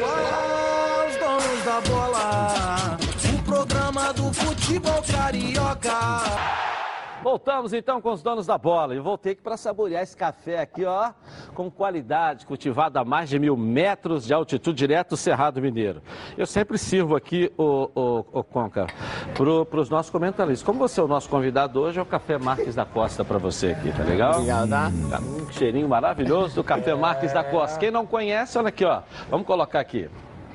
Os donos da bola, o programa do futebol carioca. Voltamos então com os donos da bola. E voltei aqui para saborear esse café aqui, ó, com qualidade, cultivado a mais de mil metros de altitude, direto do Cerrado Mineiro. Eu sempre sirvo aqui, o, o, o Conca, para os nossos comentaristas. Como você é o nosso convidado hoje, é o Café Marques da Costa para você aqui, tá legal? Obrigado, tá? Tá. Um cheirinho maravilhoso do Café Marques da Costa. Quem não conhece, olha aqui, ó. Vamos colocar aqui.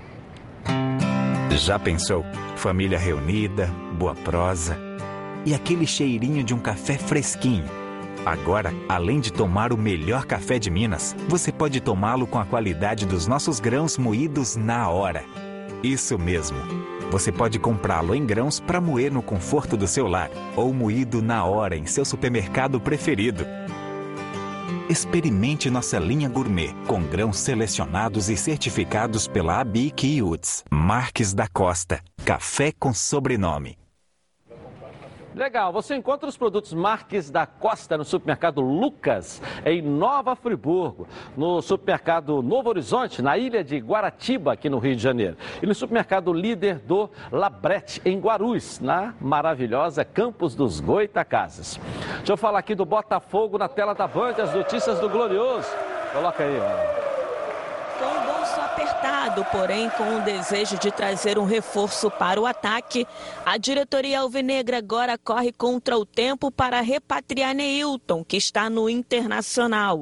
Já pensou? Família reunida, boa prosa e aquele cheirinho de um café fresquinho. Agora, além de tomar o melhor café de Minas, você pode tomá-lo com a qualidade dos nossos grãos moídos na hora. Isso mesmo. Você pode comprá-lo em grãos para moer no conforto do seu lar ou moído na hora em seu supermercado preferido. Experimente nossa linha gourmet, com grãos selecionados e certificados pela A B I C e U T S. Marques da Costa, café com sobrenome. Legal, você encontra os produtos Marques da Costa no supermercado Lucas, em Nova Friburgo, no supermercado Novo Horizonte, na ilha de Guaratiba, aqui no Rio de Janeiro, e no supermercado Líder do Labrete, em Guarulhos, na maravilhosa Campos dos Goitacazes. Deixa eu falar aqui do Botafogo na tela da Band, as notícias do Glorioso. Coloca aí, ó. Com o bolso apertado, porém com o desejo de trazer um reforço para o ataque, a diretoria alvinegra agora corre contra o tempo para repatriar Neilton, que está no Internacional.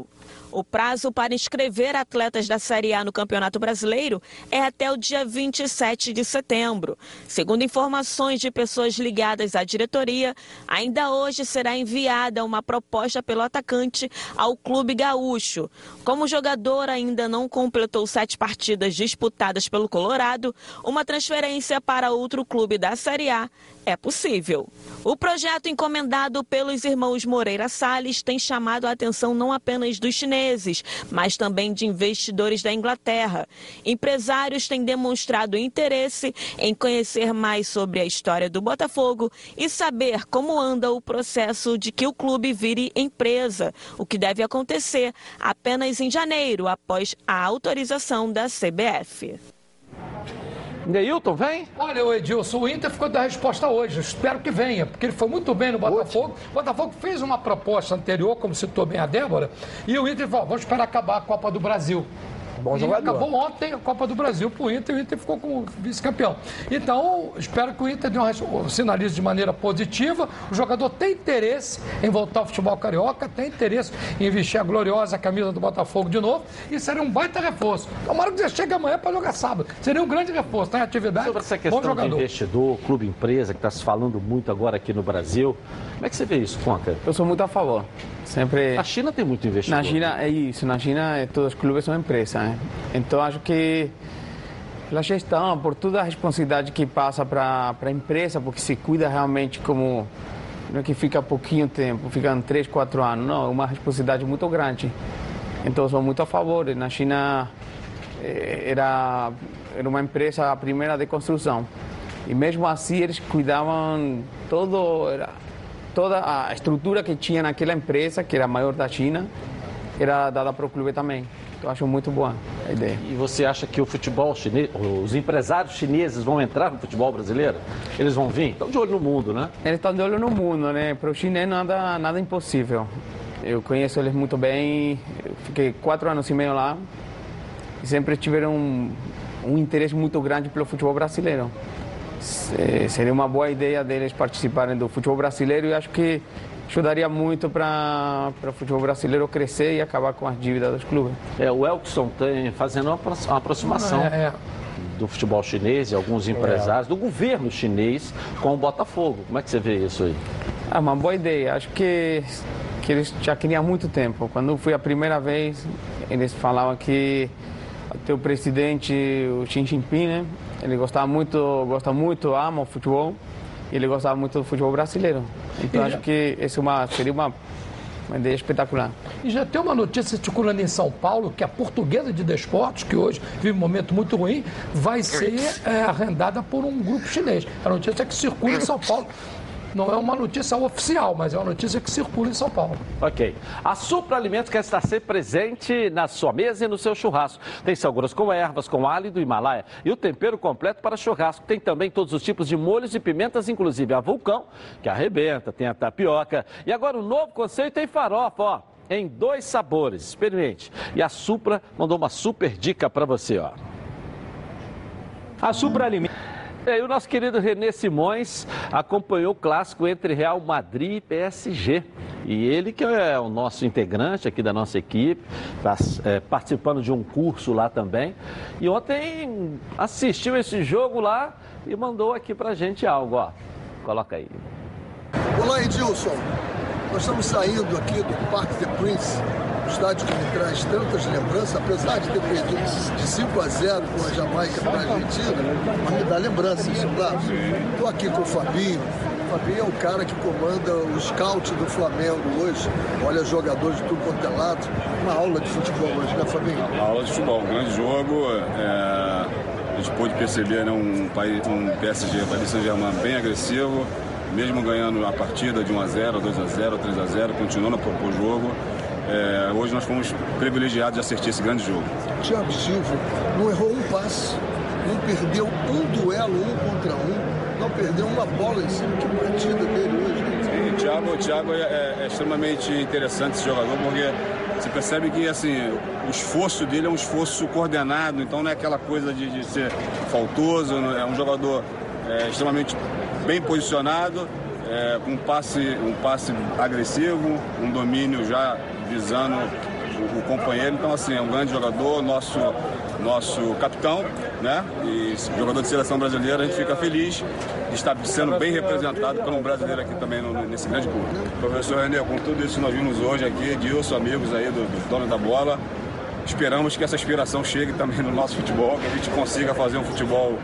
O prazo para inscrever atletas da Série A no Campeonato Brasileiro é até o dia vinte e sete de setembro. Segundo informações de pessoas ligadas à diretoria, ainda hoje será enviada uma proposta pelo atacante ao clube gaúcho. Como o jogador ainda não completou sete partidas disputadas pelo Colorado, uma transferência para outro clube da Série A é possível. O projeto encomendado pelos irmãos Moreira Salles tem chamado a atenção não apenas dos chineses, mas também de investidores da Inglaterra. Empresários têm demonstrado interesse em conhecer mais sobre a história do Botafogo e saber como anda o processo de que o clube vire empresa, o que deve acontecer apenas em janeiro, após a autorização da C B F. Neilton, vem? Olha, o Edilson, o Inter ficou da resposta hoje. Eu espero que venha, porque ele foi muito bem no Botafogo. O Botafogo fez uma proposta anterior, como citou bem a Débora, e o Inter falou, vamos esperar acabar a Copa do Brasil. Bom e jogador. Acabou ontem a Copa do Brasil para o Inter e o Inter ficou como vice-campeão. Então, espero que o Inter dê uma, sinalize de maneira positiva. O jogador tem interesse em voltar ao futebol carioca, tem interesse em vestir a gloriosa camisa do Botafogo de novo e seria um baita reforço. Tomara que você chegue amanhã para jogar sábado. Seria um grande reforço, tem atividade. Sobre essa questão de investidor, clube empresa, que está se falando muito agora aqui no Brasil, como é que você vê isso, Conca? Eu sou muito a favor. Sempre... A China tem muito investidor. Na China é isso, na China todos os clubes são empresas, né? Então acho que pela gestão, por toda a responsabilidade que passa para a empresa, porque se cuida realmente como, não é que fica pouquinho tempo, ficam três, quatro anos, não, é uma responsabilidade muito grande. Então sou muito a favor. Na China era, era uma empresa a primeira de construção e mesmo assim eles cuidavam todo... Era, toda a estrutura que tinha naquela empresa, que era a maior da China, era dada para o clube também. Eu acho muito boa a ideia. E você acha que o futebol chinês, os empresários chineses vão entrar no futebol brasileiro? Eles vão vir? Estão de olho no mundo, né? Eles estão de olho no mundo, né? Para o chinês nada, nada impossível. Eu conheço eles muito bem, eu fiquei quatro anos e meio lá e sempre tiveram um, um interesse muito grande pelo futebol brasileiro. Seria uma boa ideia deles participarem do futebol brasileiro e acho que ajudaria muito para o futebol brasileiro crescer e acabar com as dívidas dos clubes. É, o Elkson tem fazendo uma, uma aproximação é, é. do futebol chinês e alguns empresários, é. do governo chinês com o Botafogo. Como é que você vê isso aí? É uma boa ideia. Acho que, que eles já queriam há muito tempo. Quando fui a primeira vez, eles falavam que até o presidente, o Xi Jinping, né? Ele gostava muito, gosta muito, ama o futebol e ele gostava muito do futebol brasileiro. Então acho que essa é uma, seria uma, uma ideia espetacular. E já tem uma notícia circulando em São Paulo que a Portuguesa de Desportos, que hoje vive um momento muito ruim, vai ser é, arrendada por um grupo chinês. A notícia é que circula em São Paulo. Não é uma notícia oficial, mas é uma notícia que circula em São Paulo. Ok. A Supra Alimentos quer estar sempre presente na sua mesa e no seu churrasco. Tem sal grosso com ervas, com alho do Himalaia e o tempero completo para churrasco. Tem também todos os tipos de molhos e pimentas, inclusive a Vulcão, que arrebenta, tem a tapioca. E agora o novo conceito tem farofa, ó, em dois sabores. Experimente. E a Supra mandou uma super dica para você, ó. A Supra Alimentos... E o nosso querido René Simões acompanhou o clássico entre Real Madrid e P S G. E ele, que é o nosso integrante aqui da nossa equipe, está é, participando de um curso lá também. E ontem assistiu esse jogo lá e mandou aqui pra gente algo, ó. Coloca aí. Olá, Edilson. Nós estamos saindo aqui do Parque The Prince, um estádio que me traz tantas lembranças, apesar de ter perdido de cinco a zero com a Jamaica para a Argentina, mas me dá lembranças, claro. Estou aqui com o Fabinho. O Fabinho é o cara que comanda o scout do Flamengo hoje. Olha jogadores de tudo quanto é lado. Uma aula de futebol hoje, né, Fabinho? Uma aula de futebol, um grande jogo. É... A gente pôde perceber, né, um, um P S G, Paris Saint-Germain bem agressivo, mesmo ganhando a partida de um a zero, dois a zero, três a zero, continuando a propor o jogo. É, hoje nós fomos privilegiados de assistir esse grande jogo. Thiago Silva não errou um passe, não perdeu um duelo um contra um, não perdeu uma bola em cima de partida dele hoje. Sim, o Thiago, o Thiago é, é, é extremamente interessante esse jogador, porque você percebe que assim, o esforço dele é um esforço coordenado, então não é aquela coisa de, de ser faltoso, é um jogador é, extremamente bem posicionado, é, com um passe, um passe agressivo, um domínio já visando o, o companheiro. Então, assim, é um grande jogador, nosso, nosso capitão, né? E jogador de seleção brasileira, a gente fica feliz de estar sendo bem representado por um brasileiro aqui também no, nesse grande clube. Professor René, com tudo isso que nós vimos hoje aqui, Edilson, amigos aí do, do dono da bola, esperamos que essa inspiração chegue também no nosso futebol, que a gente consiga fazer um futebol,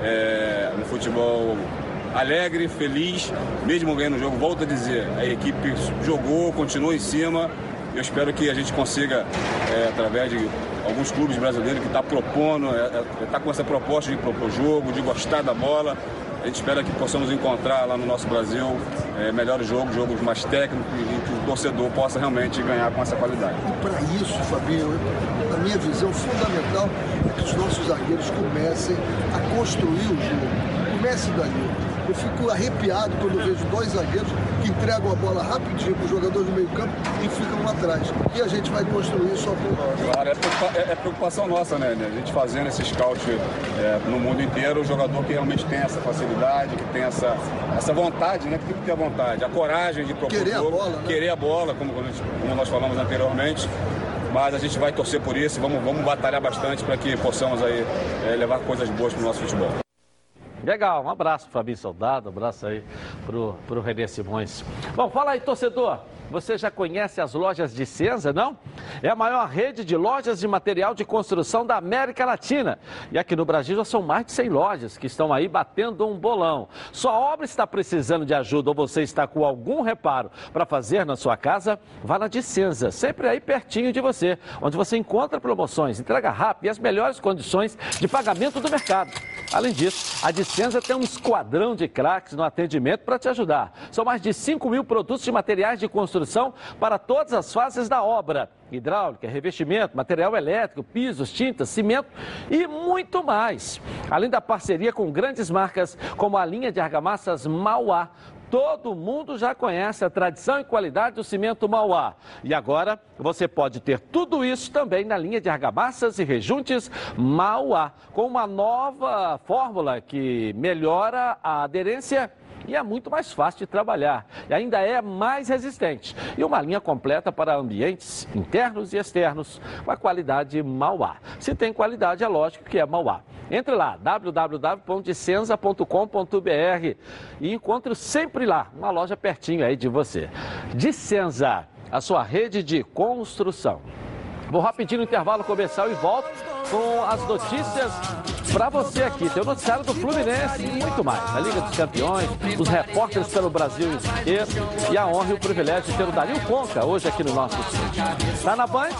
é, um futebol alegre, feliz, mesmo ganhando o jogo. Volto a dizer, a equipe jogou, continuou em cima. Eu espero que a gente consiga, é, através de alguns clubes brasileiros que estão tá propondo, está é, é, com essa proposta de propor jogo, de gostar da bola. A gente espera que possamos encontrar lá no nosso Brasil é, melhores jogos, jogos mais técnicos e que o torcedor possa realmente ganhar com essa qualidade. E para isso, Fabinho, na minha visão, fundamental é que os nossos zagueiros comecem a construir o jogo. Comece dali. Eu fico arrepiado quando eu vejo dois zagueiros que entregam a bola rapidinho para os jogadores do meio campo e ficam lá atrás. E a gente vai construir só por nós. Claro, é, preocupa é preocupação nossa, né? A gente fazendo esse scout é, no mundo inteiro, o jogador que realmente tem essa facilidade, que tem essa, essa vontade, né? Que tem que ter a vontade, a coragem de propor querer jogo, a bola, né? Querer a bola, como, como nós falamos anteriormente. Mas a gente vai torcer por isso, vamos, vamos batalhar bastante para que possamos aí é, levar coisas boas para o nosso futebol. Legal, um abraço para Fabinho Soldado, um abraço aí pro, pro René Simões. Bom, fala aí, torcedor. Você já conhece as lojas Dicenza, não? É a maior rede de lojas de material de construção da América Latina. E aqui no Brasil já são mais de cem lojas que estão aí batendo um bolão. Sua obra está precisando de ajuda ou você está com algum reparo para fazer na sua casa? Vá na Dicenza, sempre aí pertinho de você, onde você encontra promoções, entrega rápida e as melhores condições de pagamento do mercado. Além disso, a Dicenza tem um esquadrão de craques no atendimento para te ajudar. São mais de cinco mil produtos de materiais de construção para todas as fases da obra. Hidráulica, revestimento, material elétrico, pisos, tintas, cimento e muito mais. Além da parceria com grandes marcas como a linha de argamassas Mauá. Todo mundo já conhece a tradição e qualidade do cimento Mauá. E agora você pode ter tudo isso também na linha de argamassas e rejuntes Mauá, com uma nova fórmula que melhora a aderência e é muito mais fácil de trabalhar e ainda é mais resistente. E uma linha completa para ambientes internos e externos com a qualidade Mauá. Se tem qualidade, é lógico que é Mauá. Entre lá, w w w ponto dicenza ponto com ponto b r e encontre sempre lá uma loja pertinho aí de você. Dicenza, a sua rede de construção. Vou rapidinho no intervalo comercial e volto com as notícias para você aqui. Tem o noticiário do Fluminense e muito mais. A Liga dos Campeões, os repórteres pelo Brasil inteiro e a honra e o privilégio de ter o Dario Conca hoje aqui no nosso estúdio. Está na Band?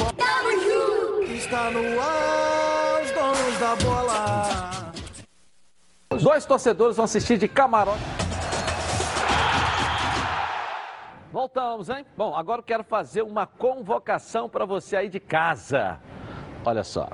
Está no ar, os donos da bola. Os dois torcedores vão assistir de camarote. Voltamos, hein? Bom, agora eu quero fazer uma convocação para você aí de casa. Olha só.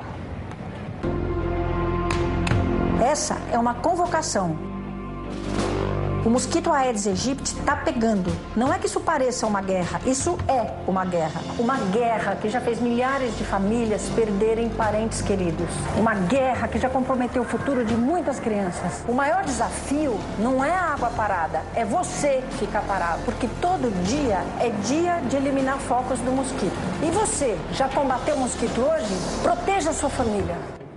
Essa é uma convocação. O mosquito Aedes aegypti está pegando. Não é que isso pareça uma guerra, isso é uma guerra. Uma guerra que já fez milhares de famílias perderem parentes queridos. Uma guerra que já comprometeu o futuro de muitas crianças. O maior desafio não é a água parada, é você ficar parado. Porque todo dia é dia de eliminar focos do mosquito. E você, já combateu o mosquito hoje? Proteja a sua família.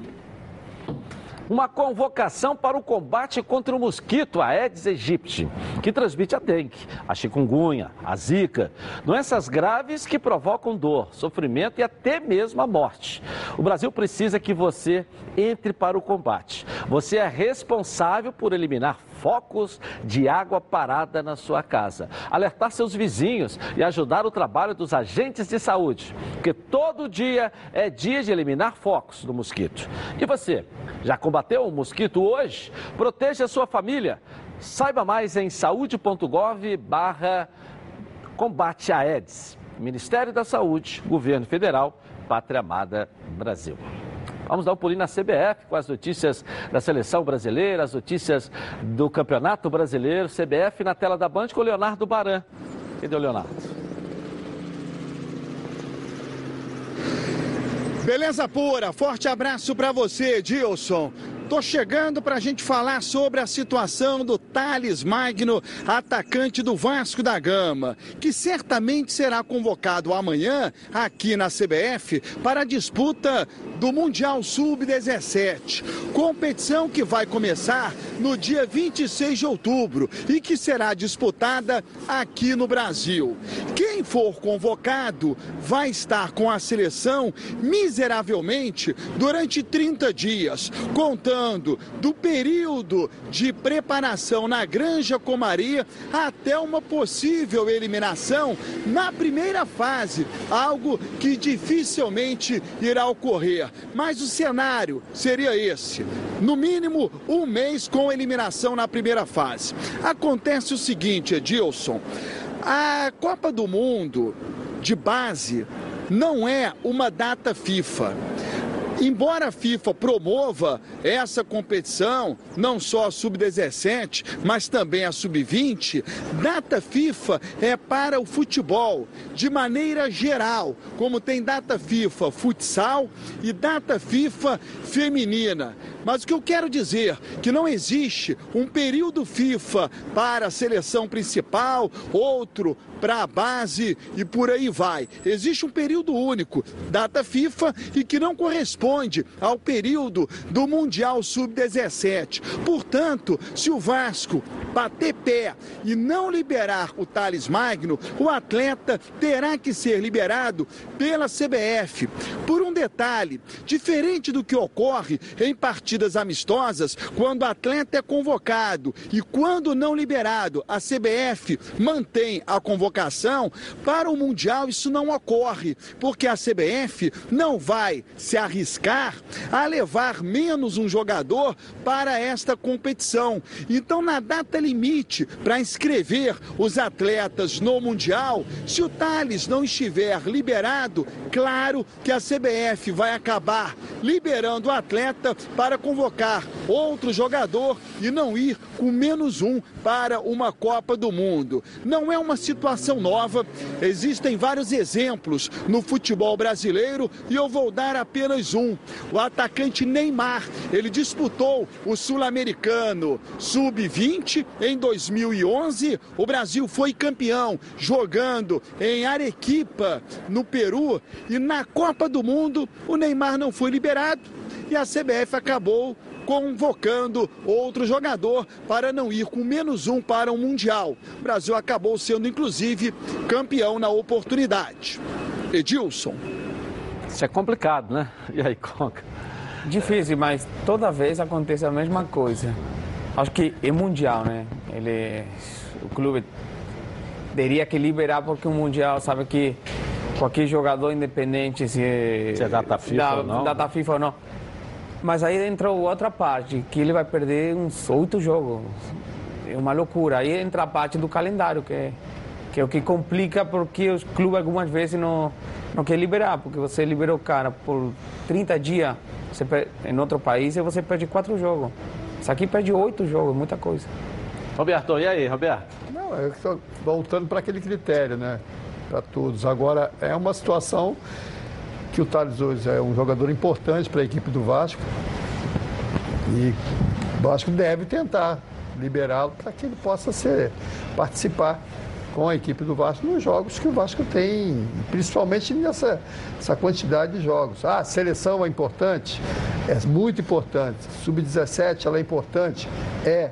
Uma convocação para o combate contra o mosquito Aedes aegypti, que transmite a dengue, a chikungunya, a zika, doenças graves que provocam dor, sofrimento e até mesmo a morte. O Brasil precisa que você entre para o combate. Você é responsável por eliminar focos de água parada na sua casa, alertar seus vizinhos e ajudar o trabalho dos agentes de saúde, porque todo dia é dia de eliminar focos do mosquito. E você, já combateu o mosquito hoje? Proteja a sua família. Saiba mais em saúde ponto gov barra combate a Aedes. Ministério da Saúde, Governo Federal, Pátria Amada Brasil. Vamos dar um pulinho na C B F com as notícias da seleção brasileira, as notícias do Campeonato Brasileiro. C B F na tela da Band com o Leonardo Baran. Cadê o Leonardo? Beleza pura, forte abraço para você, Edilson. Tô chegando para a gente falar sobre a situação do Thales Magno, atacante do Vasco da Gama, que certamente será convocado amanhã aqui na C B F para a disputa do Mundial sub dezessete, competição que vai começar no dia vinte e seis de outubro e que será disputada aqui no Brasil. Quem for convocado vai estar com a seleção miseravelmente durante trinta dias, contando do período de preparação na Granja Comari até uma possível eliminação na primeira fase, algo que dificilmente irá ocorrer. Mas o cenário seria esse: no mínimo um mês com eliminação na primeira fase. Acontece o seguinte, Edilson, a Copa do Mundo de base não é uma data FIFA. Embora a FIFA promova essa competição, não só a sub dezessete, mas também a sub vinte, data FIFA é para o futebol, de maneira geral, como tem data FIFA futsal e data FIFA feminina. Mas o que eu quero dizer é que não existe um período FIFA para a seleção principal, outro para a base e por aí vai. Existe um período único, data FIFA, e que não corresponde ao período do Mundial sub dezessete. Portanto, se o Vasco bater pé e não liberar o Thales Magno, o atleta terá que ser liberado pela C B F. Por um detalhe, diferente do que ocorre em partidas amistosas, quando o atleta é convocado e quando não liberado, a C B F mantém a convocação. Para o Mundial isso não ocorre, porque a C B F não vai se arriscar a levar menos um jogador para esta competição. Então, na data limite para inscrever os atletas no Mundial, se o Thales não estiver liberado, claro que a C B F vai acabar liberando o atleta para convocar outro jogador e não ir com menos um para uma Copa do Mundo. Não é uma situação nova, existem vários exemplos no futebol brasileiro e eu vou dar apenas um. O atacante Neymar, ele disputou o Sul-Americano sub vinte em dois mil e onze, o Brasil foi campeão jogando em Arequipa, no Peru, e na Copa do Mundo o Neymar não foi liberado e a C B F acabou convocando outro jogador para não ir com menos um para o Mundial. O Brasil acabou sendo, inclusive, campeão na oportunidade. Edilson. Isso é complicado, né? E aí, Conca? Difícil, mas toda vez acontece a mesma coisa. Acho que é mundial, né? Ele, o clube teria que liberar porque o Mundial sabe que qualquer jogador independente, se, se é data FIFA da, ou não. Data FIFA ou não. Mas aí entra outra parte, que ele vai perder uns oito jogos. É uma loucura. Aí entra a parte do calendário, que é, que é o que complica, porque os clubes algumas vezes não, não querem liberar, porque você liberou o cara por trinta dias você perde, em outro país e você perde quatro jogos. Isso aqui perde oito jogos, muita coisa. Roberto, e aí, Roberto? Não, eu estou voltando para aquele critério, né? Para todos. Agora, é uma situação que o Thales hoje é um jogador importante para a equipe do Vasco e o Vasco deve tentar liberá-lo para que ele possa ser, participar com a equipe do Vasco nos jogos que o Vasco tem, principalmente nessa essa quantidade de jogos. Ah, a seleção é importante? É muito importante. sub dezessete, ela é importante? É.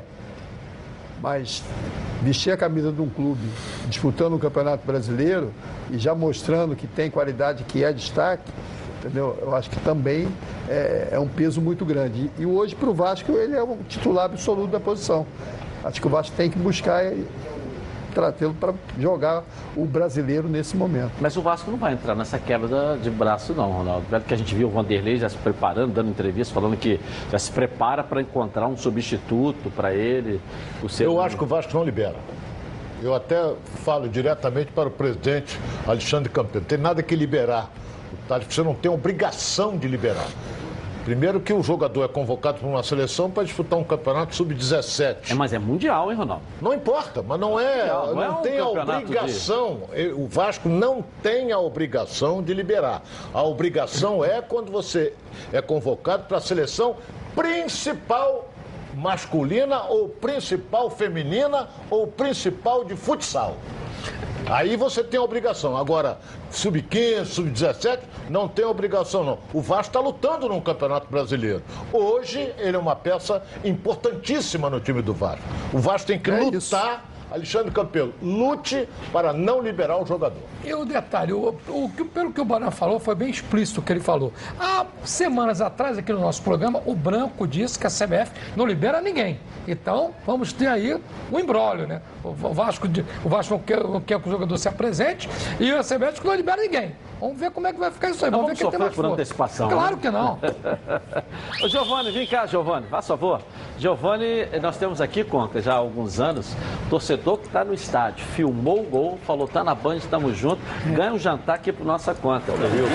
Mas vestir a camisa de um clube disputando o Campeonato Brasileiro e já mostrando que tem qualidade, que é destaque, entendeu? Eu acho que também é, é um peso muito grande. E, e hoje, para o Vasco, ele é o titular absoluto da posição. Acho que o Vasco tem que buscar tratá-lo para jogar o brasileiro nesse momento. Mas o Vasco não vai entrar nessa quebra de braço não, Ronaldo. Que a gente viu o Vanderlei já se preparando, dando entrevista, falando que já se prepara para encontrar um substituto para ele. O Eu acho que o Vasco não libera. Eu até falo diretamente para o presidente Alexandre Campelo. Não tem nada que liberar o Thales, você não tem obrigação de liberar. Primeiro que o jogador é convocado para uma seleção para disputar um campeonato sub dezessete. É, mas é mundial, hein, Ronaldo? Não importa, mas não é, Mundial, não, não é um tem a obrigação. De... O Vasco não tem a obrigação de liberar. A obrigação é quando você é convocado para a seleção principal masculina ou principal feminina ou principal de futsal. Aí você tem a obrigação. Agora, sub quinze, sub dezessete, não tem obrigação, não. O Vasco está lutando no Campeonato Brasileiro. Hoje, ele é uma peça importantíssima no time do Vasco. O Vasco tem que é lutar. Isso. Alexandre Campelo, lute para não liberar o jogador. E o detalhe, o, o, pelo que o Bonan falou, foi bem explícito o que ele falou. Há semanas atrás, aqui no nosso programa, o Branco disse que a C B F não libera ninguém. Então, vamos ter aí o imbróglio, né? O Vasco, o Vasco não, quer, não quer que o jogador se apresente e a C B F não libera ninguém. Vamos ver como é que vai ficar isso aí. Não vamos, vamos ver quem tem mais por força. Antecipação. Claro né? que não. Ô, Giovani, vem cá, Giovani, faz favor. Giovani, nós temos aqui, Conca, já há alguns anos, torcedor que está no estádio, filmou o gol, falou, tá na Band, estamos juntos, ganha um jantar aqui por nossa conta.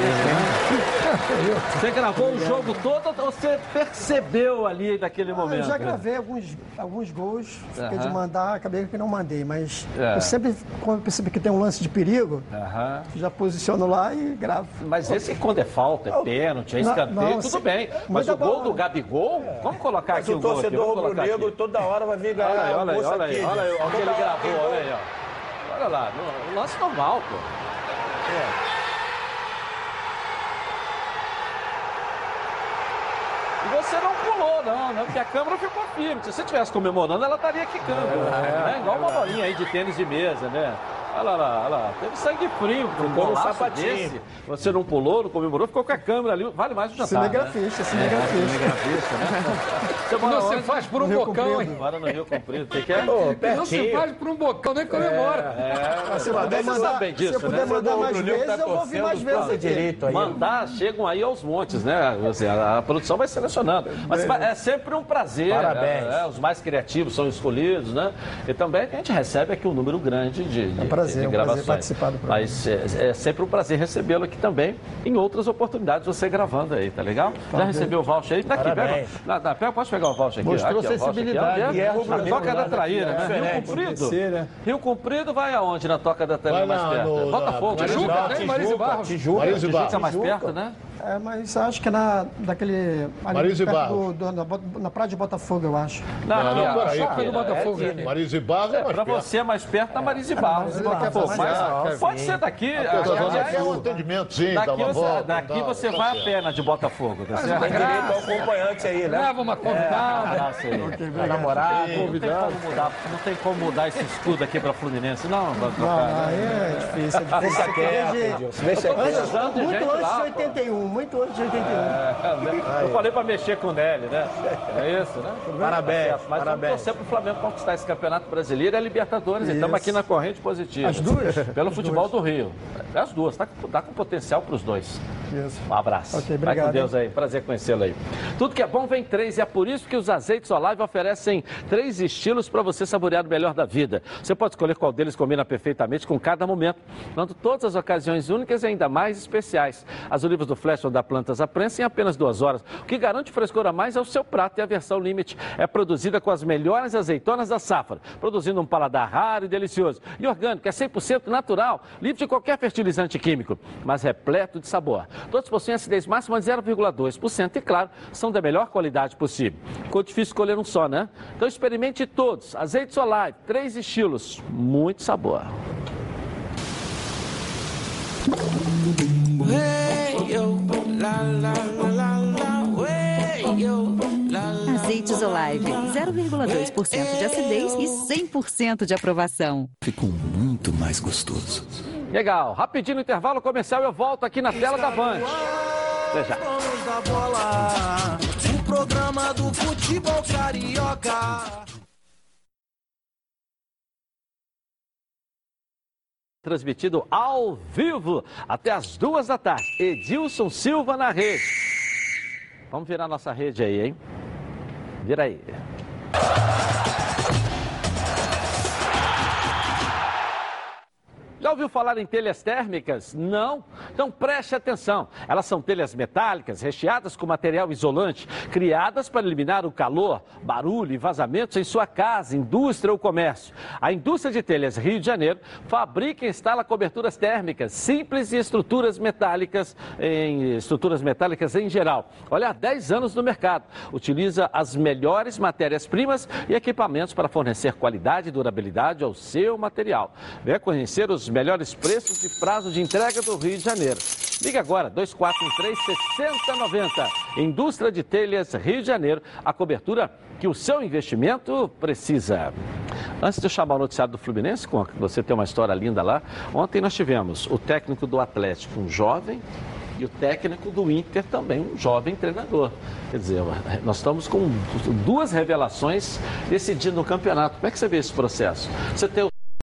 Você gravou o jogo todo ou você percebeu ali naquele momento? Eu já gravei alguns, alguns gols, fiquei Uhum. de mandar, acabei que não mandei, mas É. eu sempre, quando percebi que tem um lance de perigo, Uhum. já posiciono lá e gravo. Mas esse quando é falta, é pênalti, é Não, escanteio, não, tudo se- bem. Mas muita o gol bola. do Gabigol, vamos colocar Mas aqui o o gol aqui. torcedor Vamos colocar rubro-negro aqui. toda hora vai vir ganhar Olha aí, a olha aí, moça olha aí, aqui. olha aí, olha o que ele Toda hora gravou, tem olha gol. aí, ó. Olha lá, no- no lance normal, pô. E você não pulou, não, né? Porque a câmera ficou firme. Se você estivesse comemorando, ela estaria quicando. É, né? Igual uma é. bolinha aí de tênis de mesa, né? Olha lá, olha lá. Teve sangue frio, um no golaço sapatinho. desse. Você não pulou, não comemorou, ficou com a câmera ali. Vale mais o jantar. Cinegrafista, né? cinegrafista. É, cinegrafista, né? Você mora Não se onde? faz por um No Rio bocão, Comprido. hein? Mora no Rio Comprido. Você quer? Ô, Não se pertinho. faz por um bocão, nem comemora. É, Se eu puder você mandar, sabe bem disso, se eu puder né? mandar mais Rubro-negro vezes, tá eu vou vir mais torcendo vezes pro aqui. direito aí. Mandar, chegam aí aos montes, né? Assim, a, a produção vai selecionando. Mas é sempre um prazer. Parabéns. É, é, os mais criativos são escolhidos, né? E também a gente recebe aqui um número grande de, de, É um prazer, de é um gravações. prazer participar do programa. Mas é, é sempre um prazer recebê-lo aqui também, em outras oportunidades, você gravando aí, tá legal? Já recebeu o voucher aí? Tá aqui, pega. Parabéns. Lá, dá, pega, posso pegar o voucher aqui? Mostrou Aqui, ó, o voucher sensibilidade. aqui, ó. E é Na rubro-negro Toca da lá, Traíra, é né? Rio diferente. Comprido. Acontecer, né? Rio Comprido vai aonde na Toca da Traíra Vai mais na- perto? no- Botafogo, na- né? Tijuca, Tijuca, tem Marise Barros. Tijuca. Marise Tijuca é Barros. mais perto, né? É, mas acho que é na, daquele... ali Marise perto Barros. do- do- na, Bot- na praia de Botafogo, eu acho. Não, Não, aqui, não, ó, peraí, Shopping pô. do Botafogo. É, aqui. Marise Barros é mais Pra perto. você é mais perto da Marise Barros. Marise Daqui a Barros, pouco. mais Mas perto. pode ser daqui. Apesar aliás, de que é um atendimento, sim, dá Daqui, uma você, volta. daqui dá, você tá vai a certo. pé na de Botafogo, tá certo? Tem direito ao acompanhante aí, né? Leva uma convidada. Ah, sei. A namorada. Não tem como mudar, não tem como mudar esse escudo aqui pra Fluminense, não. Pra Não, trocar, não, aí né? é difícil, é difícil. Deixa quieto, Desde- Edilson. Deixa Eu tô quieto. precisando de Muito gente antes lá, de pô. oitenta e um, muito antes de oitenta e um. É, né? Eu falei pra mexer com o Nelly, né? É isso, né? Parabéns, Tá certo. Mas parabéns. vamos torcer pro Flamengo conquistar esse Campeonato Brasileiro e a Libertadores. E estamos aqui na corrente positiva. As duas? Pelo As futebol duas. do Rio. As duas. Tá, com- tá com potencial pros dois. Isso. Um abraço. Ok, Vai obrigado, com Deus aí. Prazer conhecê-lo aí. Tudo que é bom vem três e é por isso que os azeites Olive oferecem três estilos para você saborear o melhor da vida. Você pode escolher qual deles combina perfeitamente com cada momento, dando todas as ocasiões únicas e ainda mais especiais. As olivas do Flash vão dar plantas à prensa em apenas duas horas. O que garante frescor a mais é o seu prato e a versão Limite é produzida com as melhores azeitonas da safra, produzindo um paladar raro e delicioso. E orgânico, é cem por cento natural, livre de qualquer fertilizante químico, mas repleto de sabor. Todos possuem acidez máxima de zero vírgula dois por cento e, claro, são da melhor qualidade possível. Ficou difícil escolher um só, né? Então experimente todos. Azeites Olive, três estilos, muito sabor. Azeites Olive, zero vírgula dois por cento de acidez e cem por cento de aprovação. Ficou muito mais gostoso. Legal. Rapidinho no intervalo comercial, eu volto aqui na tela da Band. Até já. Donos da bola, o programa do futebol carioca. Transmitido ao vivo até as duas da tarde. Edilson Silva na rede. Vamos virar nossa rede aí, hein? Vira aí. Já ouviu falar em telhas térmicas? Não? Então preste atenção. Elas são telhas metálicas recheadas com material isolante, criadas para eliminar o calor, barulho e vazamentos em sua casa, indústria ou comércio. A indústria de telhas Rio de Janeiro fabrica e instala coberturas térmicas simples e estruturas metálicas em estruturas metálicas em geral. Olha, há dez anos no mercado. Utiliza as melhores matérias-primas e equipamentos para fornecer qualidade e durabilidade ao seu material. Venha conhecer os melhores preços e prazo de entrega do Rio de Janeiro. Ligue agora, dois quatro um três, seis zero nove zero. Indústria de Telhas Rio de Janeiro, a cobertura que o seu investimento precisa. Antes de eu chamar o noticiário do Fluminense, você tem uma história linda lá. Ontem nós tivemos o técnico do Atlético, um jovem, e o técnico do Inter também, um jovem treinador. Quer dizer, nós estamos com duas revelações decidindo o campeonato. Como é que você vê esse processo? Você tem o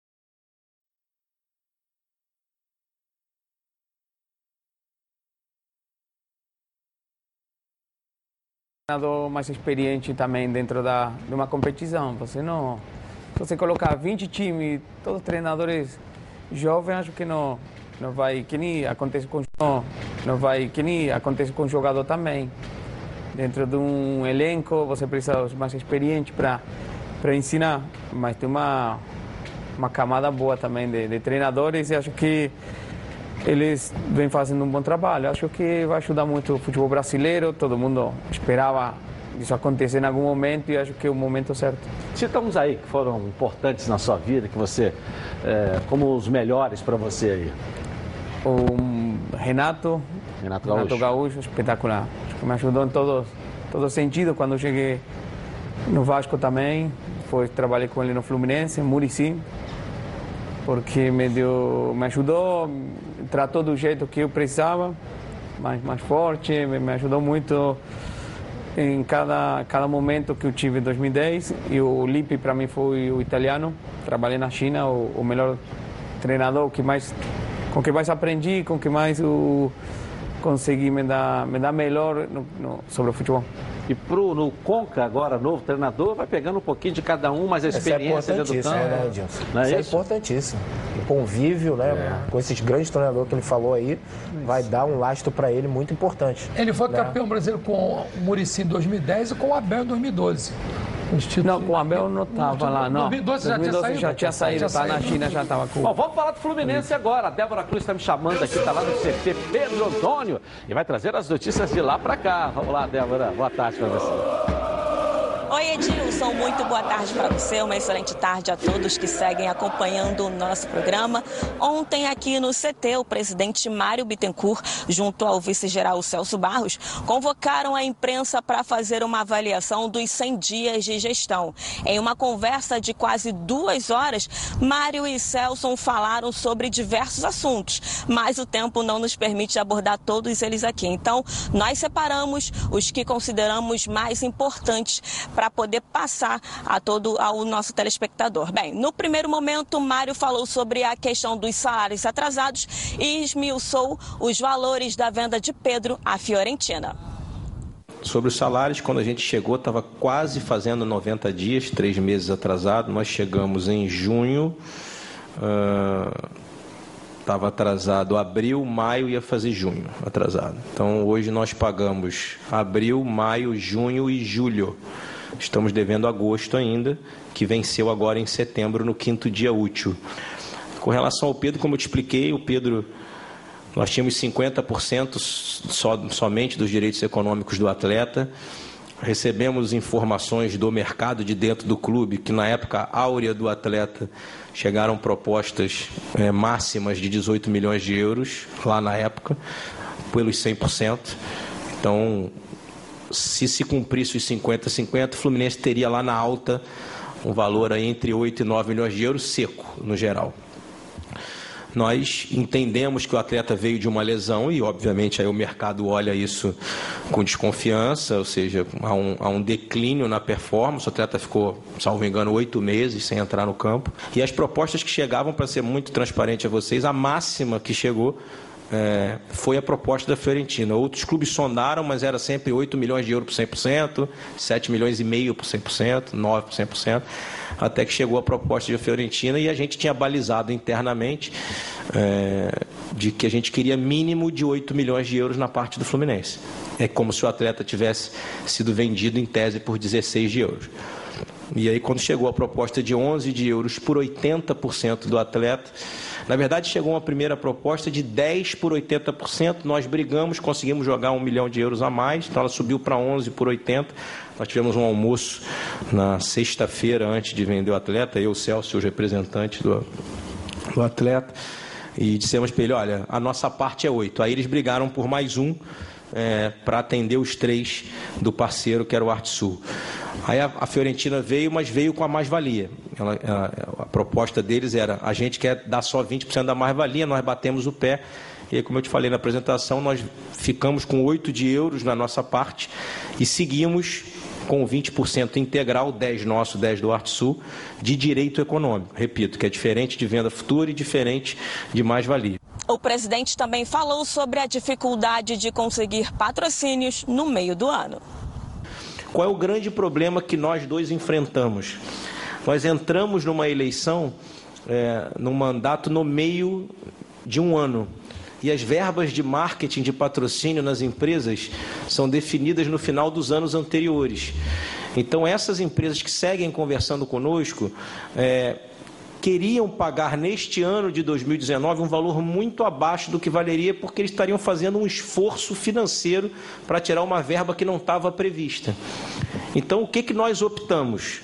treinador mais experiente também dentro da, de uma competição. Você não, se você colocar vinte times, todos treinadores jovens, acho que não, não vai, que nem acontece com não, não vai, que nem acontece com o jogador também. Dentro de um elenco, você precisa dos mais experientes para para ensinar, mas tem uma uma camada boa também de, de treinadores e acho que eles vêm fazendo um bom trabalho. Acho que vai ajudar muito o futebol brasileiro. Todo mundo esperava isso acontecer em algum momento e acho que é o momento certo. Citamos aí que foram importantes na sua vida, que você, é, como os melhores para você aí. O Renato, Renato Gaúcho. Renato Gaúcho, espetacular. Acho que me ajudou em todo, todo sentido. Quando eu cheguei no Vasco também, foi, trabalhei com ele no Fluminense, Muricy, porque me deu, me ajudou, tratou do jeito que eu precisava, mais, mais forte, me, me ajudou muito em cada, cada momento que eu tive em dois mil e dez. E o Lippi para mim foi o italiano, trabalhei na China, o, o melhor treinador que mais, com que mais aprendi, com que mais eu consegui me dar, me dar melhor no, no, sobre o futebol. E pro, no Conca, agora, novo treinador, vai pegando um pouquinho de cada um, mas a experiência dentro do campo. Né, Edilson? Não é isso, isso é importantíssimo. O convívio, né, é. com esses grandes treinadores que ele falou aí, isso. vai dar um lastro para ele muito importante. Ele foi né? campeão brasileiro com o Muricy em dois mil e dez e com o Abel em dois mil e doze. Não, com o Abel não estava lá, não. dois mil e doze já tinha saído? Já tinha saído, tá na China, já estava com... Bom, vamos falar do Fluminense agora. A Débora Cruz está me chamando aqui, está lá no C T Pedro Antônio e vai trazer as notícias de lá para cá. Vamos lá, Débora. Boa tarde para você. Oi, Edilson, muito boa tarde para você, uma excelente tarde a todos que seguem acompanhando o nosso programa. Ontem aqui no C T, o presidente Mário Bittencourt, junto ao vice-geral Celso Barros, convocaram a imprensa para fazer uma avaliação dos cem dias de gestão. Em uma conversa de quase duas horas, Mário e Celso falaram sobre diversos assuntos, mas o tempo não nos permite abordar todos eles aqui. Então, nós separamos os que consideramos mais importantes para poder passar a todo ao nosso telespectador. Bem, no primeiro momento, Mário falou sobre a questão dos salários atrasados e esmiuçou os valores da venda de Pedro à Fiorentina. Sobre os salários, quando a gente chegou, estava quase fazendo noventa dias, três meses atrasado. Nós chegamos em junho, estava uh, atrasado abril, maio, ia fazer junho atrasado. Então, hoje nós pagamos abril, maio, junho e julho. Estamos devendo agosto ainda, que venceu agora em setembro, no quinto dia útil. Com relação ao Pedro, como eu te expliquei, o Pedro, nós tínhamos cinquenta por cento só, somente dos direitos econômicos do atleta. Recebemos informações do mercado de dentro do clube, que na época áurea do atleta chegaram propostas é, máximas de dezoito milhões de euros, lá na época, pelos cem por cento. Então, se se cumprisse os cinquenta a cinquenta, o Fluminense teria lá na alta um valor aí entre oito e nove milhões de euros seco, no geral. Nós entendemos que o atleta veio de uma lesão e, obviamente, aí o mercado olha isso com desconfiança, ou seja, há um, há um declínio na performance. O atleta ficou, salvo engano, oito meses sem entrar no campo. E as propostas que chegavam, para ser muito transparente a vocês, a máxima que chegou é, foi a proposta da Fiorentina. Outros clubes sondaram, mas era sempre oito milhões de euros por cem por cento, sete milhões e meio por cem por cento, nove por cem por cento, até que chegou a proposta da Fiorentina e a gente tinha balizado internamente é, de que a gente queria mínimo de oito milhões de euros na parte do Fluminense. É como se o atleta tivesse sido vendido em tese por dezesseis de euros. E aí, quando chegou a proposta de onze de euros por oitenta por cento do atleta, na verdade chegou uma primeira proposta de dez por oitenta por cento, nós brigamos, conseguimos jogar um milhão de euros a mais, então ela subiu para onze por oitenta. Nós tivemos um almoço na sexta-feira antes de vender o atleta, eu, Celso, os representantes do, do atleta, e dissemos para ele, olha, a nossa parte é oito. Aí eles brigaram por mais um, é, para atender os três do parceiro, que era o Artsul. Aí a, a Fiorentina veio, mas veio com a mais-valia. Ela, a, a proposta deles era, a gente quer dar só vinte por cento da mais-valia, nós batemos o pé. E aí, como eu te falei na apresentação, nós ficamos com oito de euros na nossa parte e seguimos com vinte por cento integral, dez nosso, dez do Artsul, de direito econômico. Repito, que é diferente de venda futura e diferente de mais-valia. O presidente também falou sobre a dificuldade de conseguir patrocínios no meio do ano. Qual é o grande problema que nós dois enfrentamos? Nós entramos numa eleição, é, num mandato no meio de um ano. E as verbas de marketing, de patrocínio nas empresas são definidas no final dos anos anteriores. Então, essas empresas que seguem conversando conosco é, queriam pagar neste ano de dois mil e dezenove um valor muito abaixo do que valeria, porque eles estariam fazendo um esforço financeiro para tirar uma verba que não estava prevista. Então, o que, que nós optamos?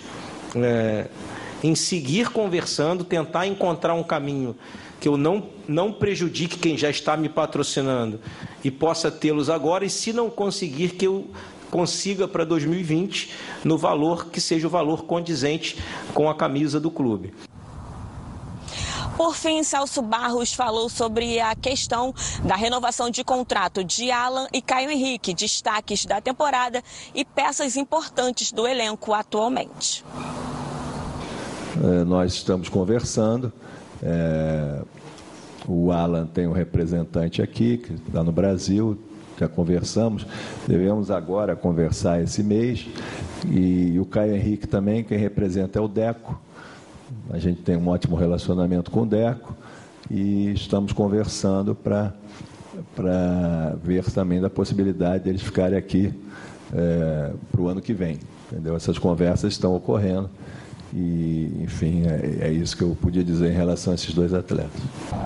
É, em seguir conversando, tentar encontrar um caminho que eu não, não prejudique quem já está me patrocinando e possa tê-los agora, e se não conseguir, que eu consiga para dois mil e vinte no valor que seja o valor condizente com a camisa do clube. Por fim, Celso Barros falou sobre a questão da renovação de contrato de Alan e Caio Henrique, destaques da temporada e peças importantes do elenco atualmente. É, nós estamos conversando. É, o Alan tem um representante aqui, que está no Brasil, já conversamos, devemos agora conversar esse mês, e o Caio Henrique também, quem representa é o Deco. A gente tem um ótimo relacionamento com o Deco e estamos conversando para para ver também da possibilidade deles ficarem aqui é, para o ano que vem. Entendeu? Essas conversas estão ocorrendo e, enfim, é, é isso que eu podia dizer em relação a esses dois atletas.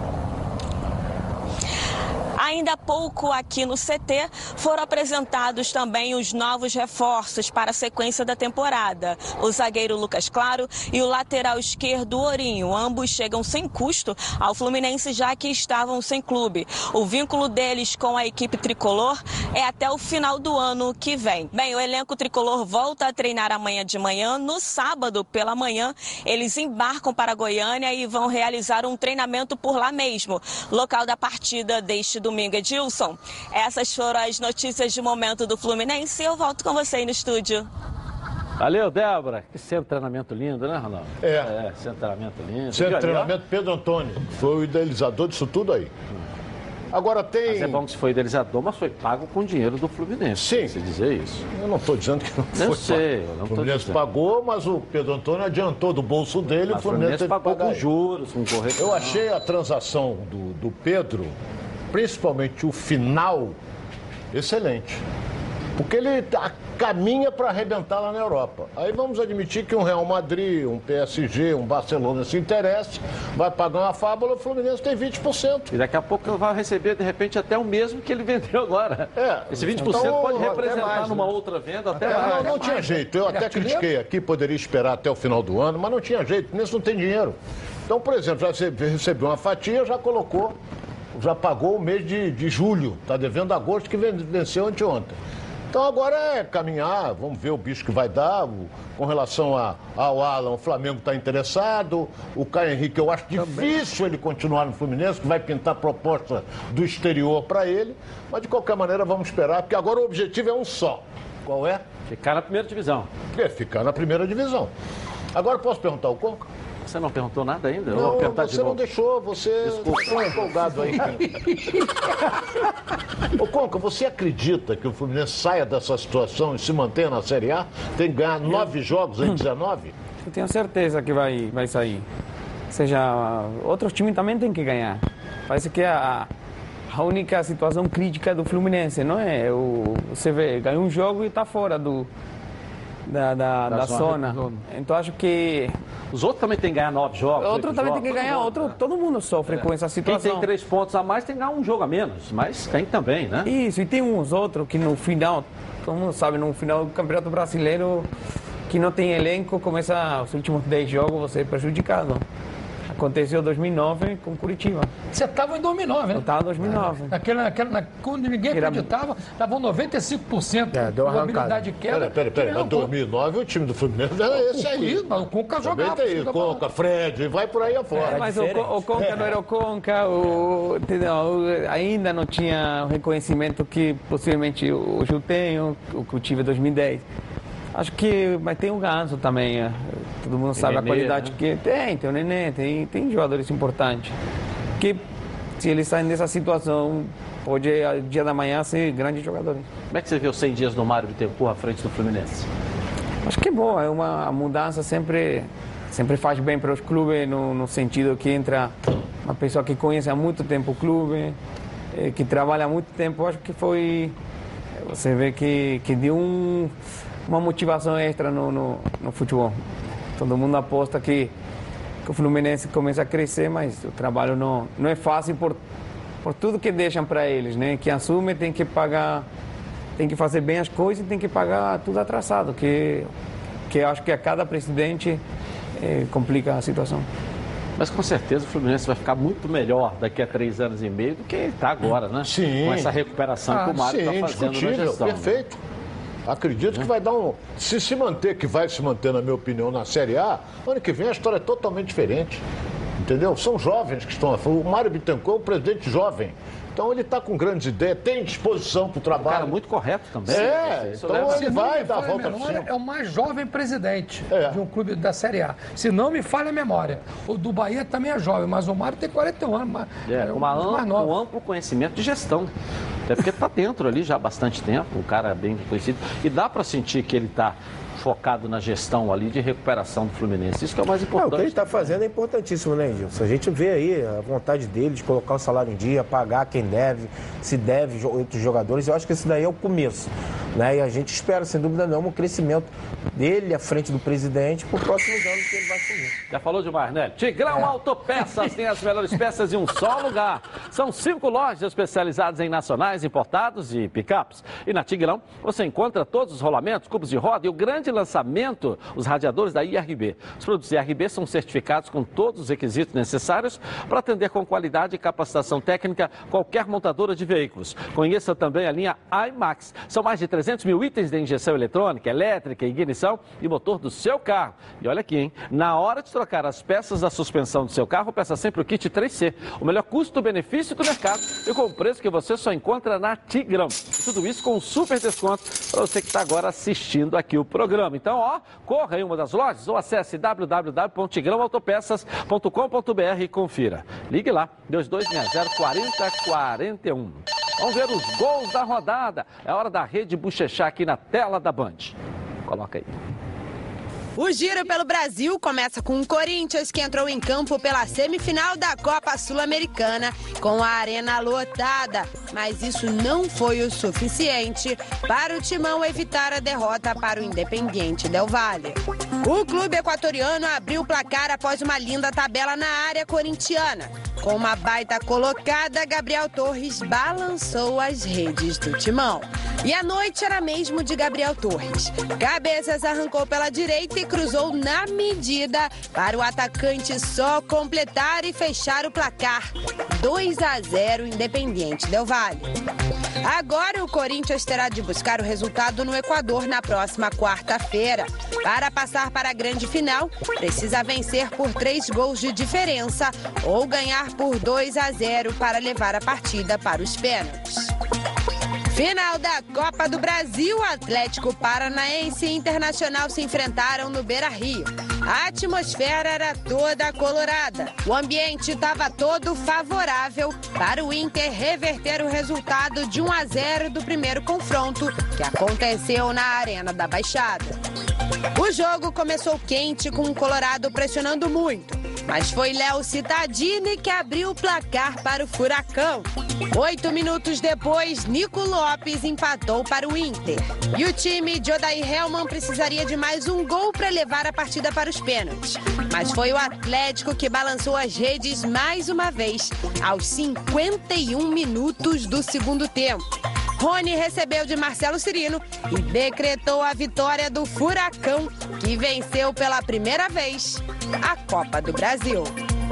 Ainda há pouco aqui no C T foram apresentados também os novos reforços para a sequência da temporada. O zagueiro Lucas Claro e o lateral esquerdo Ourinho, ambos chegam sem custo ao Fluminense, já que estavam sem clube. O vínculo deles com a equipe tricolor é até o final do ano que vem. Bem, o elenco tricolor volta a treinar amanhã de manhã. No sábado, pela manhã, eles embarcam para Goiânia e vão realizar um treinamento por lá mesmo, local da partida deste domingo. Edilson, essas foram as notícias de momento do Fluminense. Eu volto com você aí no estúdio. Valeu, Débora. Que centro de treinamento lindo, né, Ronaldo? É. É, centro de treinamento lindo. Centro de treinamento Pedro Antônio. Foi o idealizador disso tudo aí. Agora tem... Mas é bom que se foi idealizador, mas foi pago com dinheiro do Fluminense. Sim. Se dizer isso. Eu não estou dizendo que não foi. Eu sei, eu não O Fluminense pagou, mas o Pedro Antônio adiantou do bolso dele. Mas o Fluminense, Fluminense pagou com juros, com correção. Eu achei a transação do, do Pedro, principalmente o final, excelente. Porque ele tá, caminha para arrebentar lá na Europa. Aí vamos admitir que um Real Madrid, um P S G, um Barcelona se interesse, vai pagar uma fábula, o Fluminense tem vinte por cento. E daqui a pouco ele vai receber, de repente, até o mesmo que ele vendeu agora. É, esse vinte por cento então, pode representar mais, numa né? outra venda até, até mais. Não, não tinha jeito. Eu até critiquei aqui, poderia esperar até o final do ano, mas não tinha jeito. O Fluminense não tem dinheiro. Então, por exemplo, já recebeu uma fatia, já colocou, já pagou o mês de, de julho. Está devendo agosto, que venceu anteontem. Então agora é caminhar, vamos ver o bicho que vai dar. O, com relação a, ao Alan, o Flamengo está interessado. O Caio Henrique, eu acho difícil ele continuar no Fluminense, que vai pintar proposta do exterior para ele. Mas de qualquer maneira vamos esperar, porque agora o objetivo é um só. Qual é? Ficar na primeira divisão. É, ficar na primeira divisão. Agora posso perguntar ao Conca? Você não perguntou nada ainda? Eu Não, vou perguntar você de não novo. deixou, você Desculpa. ficou empolgado aí. Ô, Conca, você acredita que o Fluminense saia dessa situação e se mantenha na Série A? Tem que ganhar nove jogos em dezenove? Eu tenho certeza que vai, vai sair. Ou seja, outros times também têm que ganhar. Parece que a, a única situação crítica do Fluminense, não é? O, você vê, ganhou um jogo e está fora do, da, da, da, da zona. zona. Então acho que... Os outros também têm que ganhar nove jogos. Outro também jogos, tem que ganhar, mundo, outro, né? todo mundo sofre é. com essa situação. Quem tem três pontos a mais tem que ganhar um jogo a menos, mas tem também, né? Isso, e tem uns outros que no final, todo mundo sabe, no final do Campeonato Brasileiro, que não tem elenco, começa os últimos dez jogos, você é prejudicado. Aconteceu em dois mil e nove com Curitiba. Você estava em dois mil e nove, né? Eu estava em dois mil e nove. Naquela, naquela, na, quando ninguém acreditava, estava noventa e cinco por cento É, deu de probabilidade de queda. Peraí, peraí, peraí. Em dois mil e nove o time do Fluminense era esse aí. Mas o Conca jogava. Aí, Conca, Fred, vai por aí afora. É, mas o, o Conca não era o Conca, o, entendeu? Ainda não tinha o reconhecimento que possivelmente o Gil tem, o, o que eu tive em dois mil e dez. Acho que, mas tem o Ganso também, é. Todo mundo tem sabe Nenê, a qualidade, né? Que tem, tem o Nenê, tem, tem jogadores importantes. Que se eles saem dessa situação, pode, dia da manhã, ser grandes jogadores. Como é que você vê os cem dias do Mário Bittencourt à frente do Fluminense? Acho que é bom, é uma mudança sempre, sempre faz bem para os clubes, no, no sentido que entra uma pessoa que conhece há muito tempo o clube, que trabalha há muito tempo. Acho que foi, você vê que, que deu um, uma motivação extra no, no, no futebol. Todo mundo aposta que, que o Fluminense começa a crescer, mas o trabalho não, não é fácil por, por tudo que deixam para eles, né? Que assume tem que pagar, tem que fazer bem as coisas e tem que pagar tudo atrasado, que, que acho que a cada presidente é, complica a situação. Mas com certeza o Fluminense vai ficar muito melhor daqui a três anos e meio do que está agora, né? Sim. Com essa recuperação ah, que o Mário está fazendo na gestão. Perfeito. Acredito que vai dar um... Se se manter, que vai se manter, na minha opinião, na Série A, ano que vem a história é totalmente diferente. Entendeu? São jovens que estão... O Mário Bittencourt é um presidente jovem. Então ele está com grandes ideias, tem disposição para o trabalho. Um cara muito correto também. É, isso então ele vai dar a volta por cima. É o mais jovem presidente é. de um clube da Série A. Se não me falha a memória. O do Bahia também é jovem, mas o Mário tem quarenta e um anos. Mas é, é uma um, amplo, um amplo conhecimento de gestão. Até porque está dentro ali já há bastante tempo, o cara é bem conhecido. E dá para sentir que ele está focado na gestão ali de recuperação do Fluminense. Isso que é o mais importante. É, o que ele está fazendo é importantíssimo, né, Edilson? A gente vê aí a vontade dele de colocar o salário em dia, pagar quem deve, se deve outros jogadores. Eu acho que esse daí é o começo, né? E a gente espera, sem dúvida nenhuma, o crescimento dele à frente do presidente por próximos anos que ele vai assumir. Já falou demais, né? Tigrão é. Autopeças tem as melhores peças em um só lugar. São cinco lojas especializadas em nacionais, importados e picapes. E na Tigrão você encontra todos os rolamentos, cubos de roda e o grande lançamento, os radiadores da I R B. Os produtos I R B são certificados com todos os requisitos necessários para atender com qualidade e capacitação técnica qualquer montadora de veículos. Conheça também a linha iMax. São mais de trezentos mil itens de injeção eletrônica, elétrica, ignição e motor do seu carro. E olha aqui, hein? Na hora de trocar as peças da suspensão do seu carro, peça sempre o kit três C. O melhor custo-benefício do mercado e com o preço que você só encontra na Tigrão. E tudo isso com um super desconto para você que está agora assistindo aqui o programa. Então, ó, corra em uma das lojas ou acesse w w w ponto tigrão autopeças ponto com ponto b r e confira. Ligue lá, dois dois seis zero, quatro zero quatro um. Vamos ver os gols da rodada. É hora da Rede Bochechá aqui na tela da Band. Coloca aí. O giro pelo Brasil começa com o Corinthians, que entrou em campo pela semifinal da Copa Sul-Americana com a arena lotada. Mas isso não foi o suficiente para o Timão evitar a derrota para o Independiente Del Valle. O clube equatoriano abriu o placar após uma linda tabela na área corintiana. Com uma baita colocada, Gabriel Torres balançou as redes do Timão. E a noite era mesmo de Gabriel Torres. Cabeças arrancou pela direita e cruzou na medida para o atacante só completar e fechar o placar. dois a zero Independiente Del Valle. Agora o Corinthians terá de buscar o resultado no Equador na próxima quarta-feira. Para passar para a grande final, precisa vencer por três gols de diferença ou ganhar por dois a zero para levar a partida para os pênaltis. Final da Copa do Brasil, Atlético Paranaense e Internacional se enfrentaram no Beira-Rio. A atmosfera era toda colorada. O ambiente estava todo favorável para o Inter reverter o resultado de um a zero do primeiro confronto, que aconteceu na Arena da Baixada. O jogo começou quente, com o Colorado pressionando muito, mas foi Léo Cittadini que abriu o placar para o Furacão. Oito minutos depois, Nico Lopes empatou para o Inter. E o time de Odair Hellmann precisaria de mais um gol para levar a partida para os pênaltis. Mas foi o Atlético que balançou as redes mais uma vez, aos cinquenta e um minutos do segundo tempo. Rony recebeu de Marcelo Cirino e decretou a vitória do Furacão, que venceu pela primeira vez a Copa do Brasil.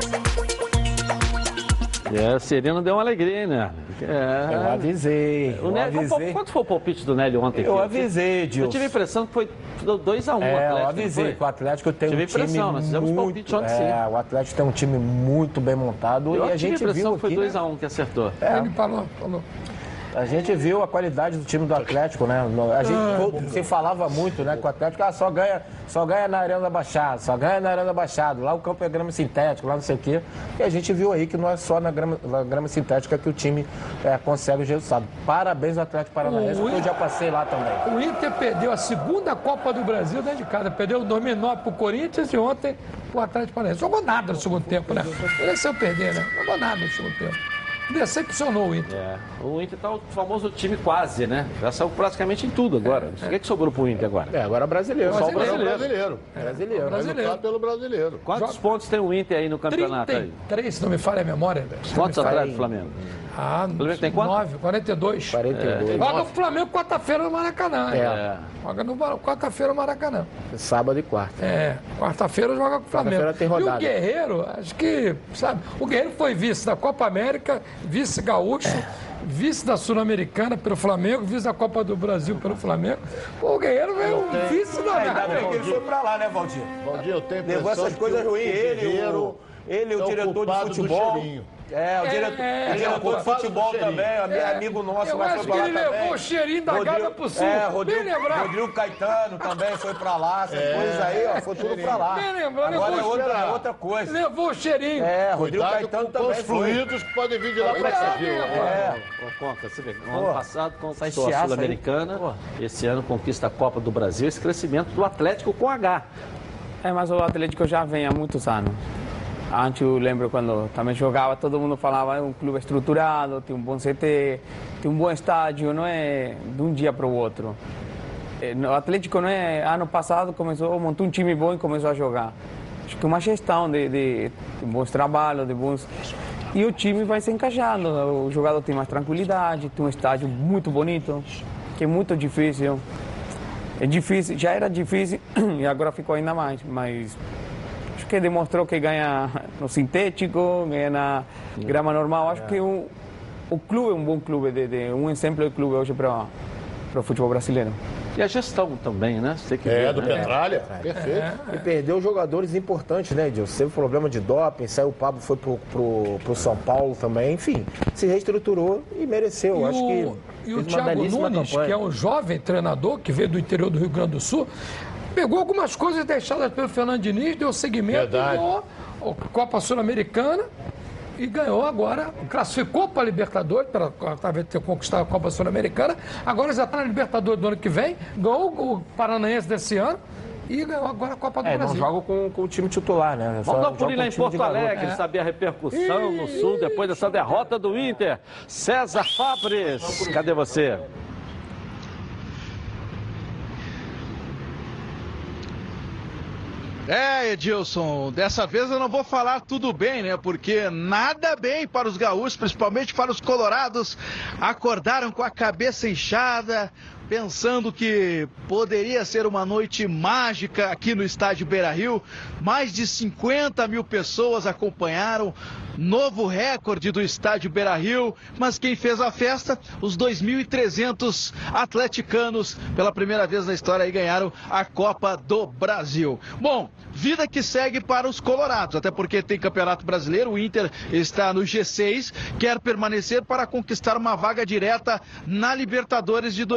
É, o Cirino deu uma alegria, né? É. Eu avisei. O eu Nélio, avisei. Quanto foi o palpite do Nélio ontem? Eu aqui? avisei, Dilson. Eu tive a impressão que foi dois a um. É, o Atlético, eu avisei que o Atlético tem tive um time impressão, nós fizemos muito... palpite ontem, sim. É, o Atlético tem um time muito bem montado. Eu e a tive gente a impressão viu que foi aqui, dois a um né? que acertou. É. Ele falou, falou. A gente viu a qualidade do time do Atlético, né? A gente se falava muito, né? Que o Atlético ah, só, ganha, só ganha na Arena da Baixada, só ganha na Arena da Baixada. Lá o campo é grama sintética, lá não sei o quê. E a gente viu aí que não é só na grama, na grama sintética que o time é, consegue os resultados. Parabéns ao Atlético Paranaense, porque eu já passei lá também. O Inter perdeu a segunda Copa do Brasil dentro de casa. Perdeu dois mil e nove pro Corinthians e ontem pro Atlético Paranaense. Jogou nada no segundo tempo, né? Mereceu perder, né? Jogou nada no segundo tempo. Decepcionou o Inter. É. O Inter tá o famoso time quase, né? Já saiu praticamente em tudo agora. O que é que sobrou pro Inter agora? É, agora é brasileiro. Só o brasileiro. brasileiro. É. Brasileiro. Vai lutar pelo brasileiro. Quantos Joga... pontos tem o Inter aí no campeonato? trinta e três, aí? Se não me falha a memória. Quantos atrás do Flamengo? Ah, o Flamengo tem quanto? nove, quarenta e dois. quarenta e dois. É. Joga o Flamengo quarta-feira no Maracanã. É. Joga no quarta-feira no Maracanã. Sábado e quarta. É. Quarta-feira joga com o Flamengo. Quarta-feira tem rodada. E o Guerreiro, acho que, sabe, o Guerreiro foi vice da Copa América, vice gaúcho, vice da Sul-Americana pelo Flamengo, vice da Copa do Brasil pelo Flamengo. Pô, o Guerreiro veio um vice da Ainda bem que ele foi pra lá, né, Valdir? Valdir, eu tenho Levou essas coisas ruins. Ele, o, ele, o diretor de futebol. É, o diretor, é, o diretor de futebol também, é, amigo nosso, mas foi pra lá também. Eu acho que ele levou o cheirinho da Gávea pro Sul. É, Rodrigo, Rodrigo Caetano também foi pra lá, essas é, coisas aí, ó, foi tudo pra lá. Bem lembrando, agora é outra, é outra coisa. Levou o cheirinho. É, Rodrigo Cuidado Caetano com também os fluidos que podem vir de lá pra cá. É. Conta, você vê, no ano passado conquistou a Sul-Americana, esse ano conquista a Copa do Brasil, esse crescimento do Atlético com H. É, mas o Atlético já vem há muitos anos. Antes eu lembro quando também jogava, todo mundo falava é um clube estruturado, tem um bom C T, tem um bom estádio, não é de um dia para o outro. O Atlético não é, ano passado começou, montou um time bom e começou a jogar. Acho que é uma gestão de, de, de bons trabalhos, de bons... E o time vai se encaixando, o jogador tem mais tranquilidade, tem um estádio muito bonito, que é muito difícil. É difícil, já era difícil e agora ficou ainda mais, mas... que demonstrou que ganha no sintético, ganha na grama normal. Acho é. que o, o clube é um bom clube, de, de, um exemplo de clube hoje para o futebol brasileiro. E a gestão também, né? Você que é, vê, do né? Petralha, é. perfeito. É. E perdeu jogadores importantes, né, Edilson? Teve problema de doping, saiu o Pablo, foi pro, pro, pro São Paulo também, enfim, se reestruturou e mereceu. E Acho o, que e o Thiago Nunes, campanha. que é um jovem treinador que veio do interior do Rio Grande do Sul, pegou algumas coisas deixadas pelo Fernando Diniz, deu seguimento, Verdade. ganhou a Copa Sul-Americana e ganhou agora, classificou para a Libertadores, para talvez ter conquistado a Copa Sul-Americana, agora já está na Libertadores do ano que vem, ganhou o Paranaense desse ano e ganhou agora a Copa do é, Brasil. Não joga com, com o time titular, né? Vamos dar um pulinho lá em Porto Alegre, é. saber a repercussão no Sul depois dessa derrota do Inter. César Fabres, cadê você? É, Edilson, dessa vez eu não vou falar tudo bem, né? Porque nada bem para os gaúchos, principalmente para os colorados. Acordaram com a cabeça inchada, pensando que poderia ser uma noite mágica aqui no estádio Beira-Rio. Mais de cinquenta mil pessoas acompanharam, novo recorde do estádio Beira-Rio, mas quem fez a festa, os dois mil e trezentos atleticanos, pela primeira vez na história, aí ganharam a Copa do Brasil. Bom, vida que segue para os colorados, até porque tem Campeonato Brasileiro, o Inter está no G seis, quer permanecer para conquistar uma vaga direta na Libertadores de dois mil e vinte.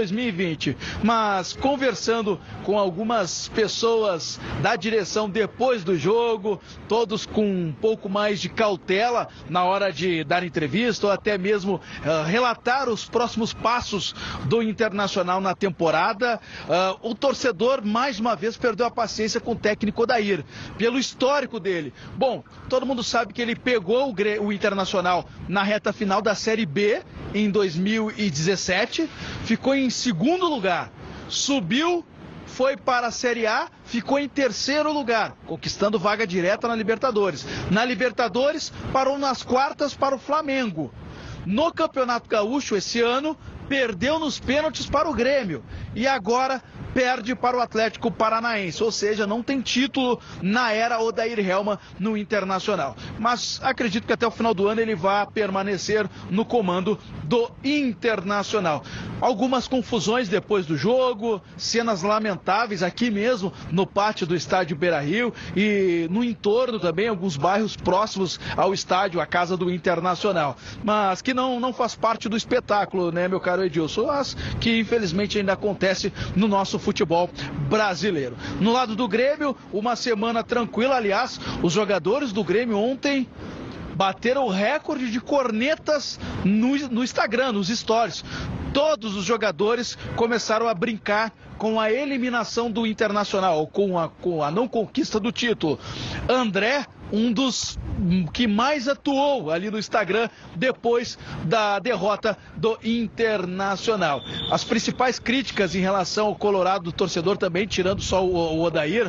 vinte. Mas conversando com algumas pessoas da direção depois do jogo, todos com um pouco mais de cautela na hora de dar entrevista ou até mesmo uh, relatar os próximos passos do Internacional na temporada, uh, o torcedor mais uma vez perdeu a paciência com o técnico Odair, pelo histórico dele. Bom, todo mundo sabe que ele pegou o, o Internacional na reta final da Série B em dois mil e dezessete, ficou em segundo lugar, subiu, foi para a Série A, ficou em terceiro lugar, conquistando vaga direta na Libertadores. Na Libertadores, parou nas quartas para o Flamengo. No Campeonato Gaúcho, esse ano, perdeu nos pênaltis para o Grêmio. E agora perde para o Atlético Paranaense, ou seja, não tem título na era Odair Hellmann no Internacional. Mas acredito que até o final do ano ele vai permanecer no comando do Internacional. Algumas confusões depois do jogo, cenas lamentáveis aqui mesmo no pátio do estádio Beira-Rio e no entorno também, alguns bairros próximos ao estádio, a casa do Internacional. Mas que não, não faz parte do espetáculo, né, meu caro Edilson? Mas que infelizmente ainda acontece no nosso futebol brasileiro. No lado do Grêmio, uma semana tranquila. Aliás, os jogadores do Grêmio ontem bateram o recorde de cornetas no, no Instagram, nos stories. Todos os jogadores começaram a brincar com a eliminação do Internacional, com a, com a não conquista do título. André, um dos que mais atuou ali no Instagram depois da derrota do Internacional. As principais críticas em relação ao Colorado do torcedor também, tirando só o, o Odair,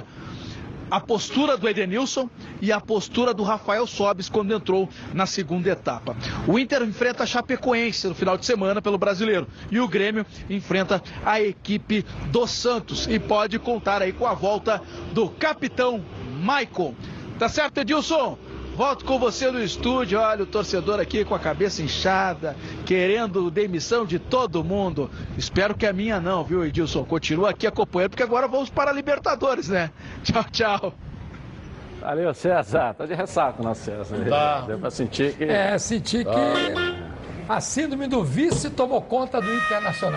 a postura do Edenilson e a postura do Rafael Sobis quando entrou na segunda etapa. O Inter enfrenta a Chapecoense no final de semana pelo Brasileiro e o Grêmio enfrenta a equipe do Santos e pode contar aí com a volta do capitão Maicon. Tá certo, Edilson? Volto com você no estúdio. Olha o torcedor aqui com a cabeça inchada, querendo demissão de todo mundo. Espero que a minha não, viu, Edilson? Continua aqui acompanhando, porque agora vamos para a Libertadores, né? Tchau, tchau. Valeu, César. Tá de ressaca, não, César? Tá. Deu pra sentir que... É, sentir que a síndrome do vice tomou conta do Internacional.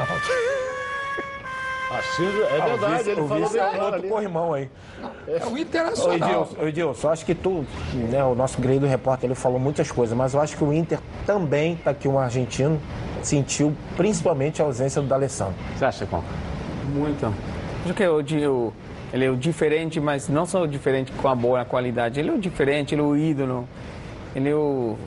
A síndrome, é Ah, o verdade, vice- ele o falou vice bem é claro outro ali. corrimão aí. É o Ô, Internacional. Edilson, ô, Edilson, acho que tu, né, o nosso querido repórter, ele falou muitas coisas, mas eu acho que o Inter também, tá aqui um argentino, sentiu principalmente a ausência do D'Alessandro. Você acha, Conca? Muito. Acho que o, di- o- ele é o diferente, mas não só o diferente com a boa qualidade. Ele é o diferente, ele é o ídolo. Ele é o,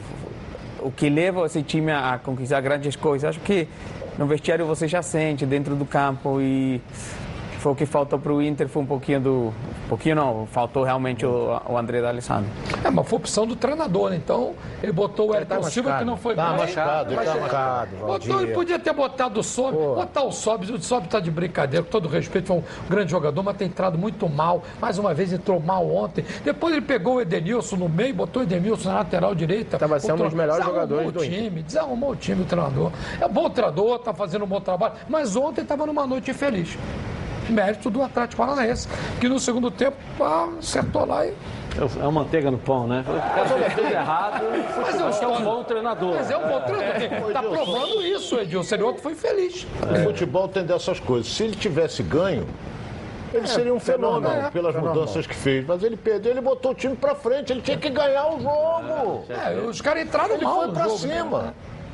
o que leva esse time a, a conquistar grandes coisas. Acho que no vestiário você já sente dentro do campo e foi o que faltou para o Inter, foi um pouquinho do... Um pouquinho não, faltou realmente o, o André D'Alessandro. É, mas foi opção do treinador, né? Então ele botou o Elton Silva, que não foi Tá bem. machucado, ele tá machucado, Botou, Valdir. ele podia ter botado o Sobis, botar o Sobis. O Sobis tá de brincadeira, com todo respeito, foi um grande jogador, mas tem entrado muito mal. Mais uma vez entrou mal ontem. Depois ele pegou o Edenilson no meio, botou o Edenilson na lateral direita. Tava sendo um dos melhores jogadores do o time, desarrumou o time, o treinador. É bom treinador, tá fazendo um bom trabalho, mas ontem estava numa noite infeliz. Mérito do Atlético Paranaense, que no segundo tempo ah, acertou lá e... É uma manteiga no pão, né? O cara fez tudo errado, mas acho que é um bom treinador. Mas é um bom treinador. Tá provando isso, Edilson. Ele ontem foi feliz. O futebol tem dessas coisas. Se ele tivesse ganho, ele É, seria um fenômeno fenômeno, é, pelas fenômeno. mudanças que fez. Mas ele perdeu, ele botou o time pra frente. Ele tinha que ganhar o jogo. É, os caras entraram Ele mal foi no pra jogo, cima. né?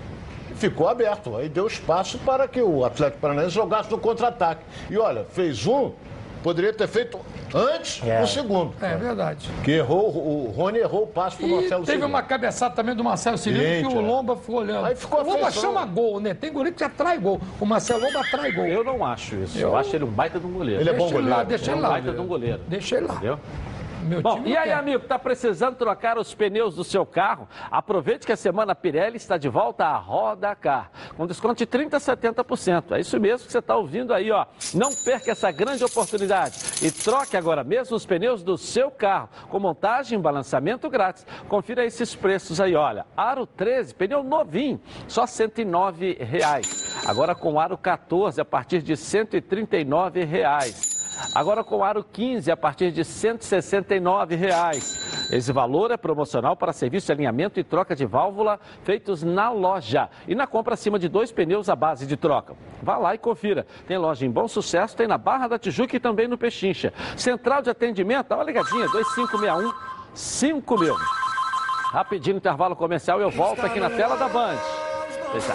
Ficou aberto. Aí deu espaço para que o Atlético Paranaense jogasse no contra-ataque. E olha, fez um, poderia ter feito antes É. no segundo. É verdade. Que errou, o Rony errou o passe pro E Marcelo teve Cirino. uma cabeçada também do Marcelo Cirino Gente, que o é. Lomba ficou olhando. Aí ficou o Lomba afeição. chama gol, né? Tem goleiro que já trai gol. O Marcelo Lomba atrai gol. Eu não acho isso. Eu, Eu- acho ele um baita de um goleiro. Ele é bom Deixa ele goleiro. lá, deixa Ele é ele um lá. baita de um goleiro. Deixa ele lá. Entendeu? Meu Bom, time e não aí, quer. amigo, tá precisando trocar os pneus do seu carro? Aproveite que a semana Pirelli está de volta à Roda Car, com desconto de trinta a setenta por cento. É isso mesmo que você está ouvindo aí, ó. Não perca essa grande oportunidade e troque agora mesmo os pneus do seu carro, com montagem e balançamento grátis. Confira esses preços aí, olha. Aro treze, pneu novinho, só cento e nove reais. Agora com Aro quatorze, a partir de cento e trinta e nove reais. Agora com Aro quinze, a partir de cento e sessenta e nove reais. Esse valor é promocional para serviço de alinhamento e troca de válvula feitos na loja e na compra acima de dois pneus à base de troca. Vá lá e confira. Tem loja em Bom Sucesso, tem na Barra da Tijuca e também no Pechincha. Central de atendimento, dá uma ligadinha, dois cinco seis um, cinco mil. Rapidinho, intervalo comercial e eu volto aqui na tela da Band. Deixa.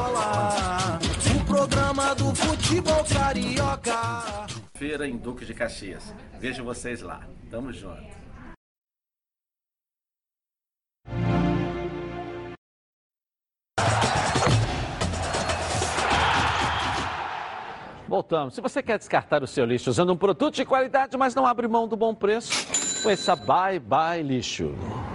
O programa do futebol carioca. Feira em Duque de Caxias. Vejo vocês lá. Tamo junto. Voltamos. Se você quer descartar o seu lixo usando um produto de qualidade, mas não abre mão do bom preço, conheça Bye Bye Lixo.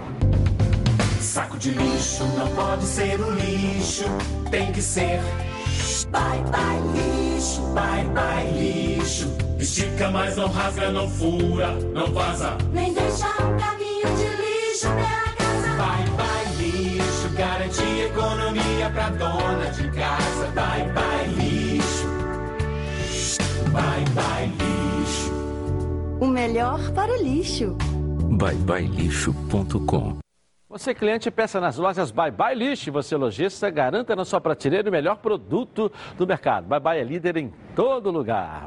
Saco de lixo não pode ser o lixo, tem que ser Bye Bye Lixo, Bye Bye Lixo. Estica, mas não rasga, não fura, não vaza, nem deixa um caminho de lixo pela casa. Bye Bye Lixo, garante economia pra dona de casa. Bye Bye Lixo, Bye Bye Lixo. O melhor para o lixo. bye bye lixo ponto com. Você, cliente, peça nas lojas Bye Bye Lixo. Você, lojista, garanta na sua prateleira o melhor produto do mercado. Bye Bye é líder em todo lugar.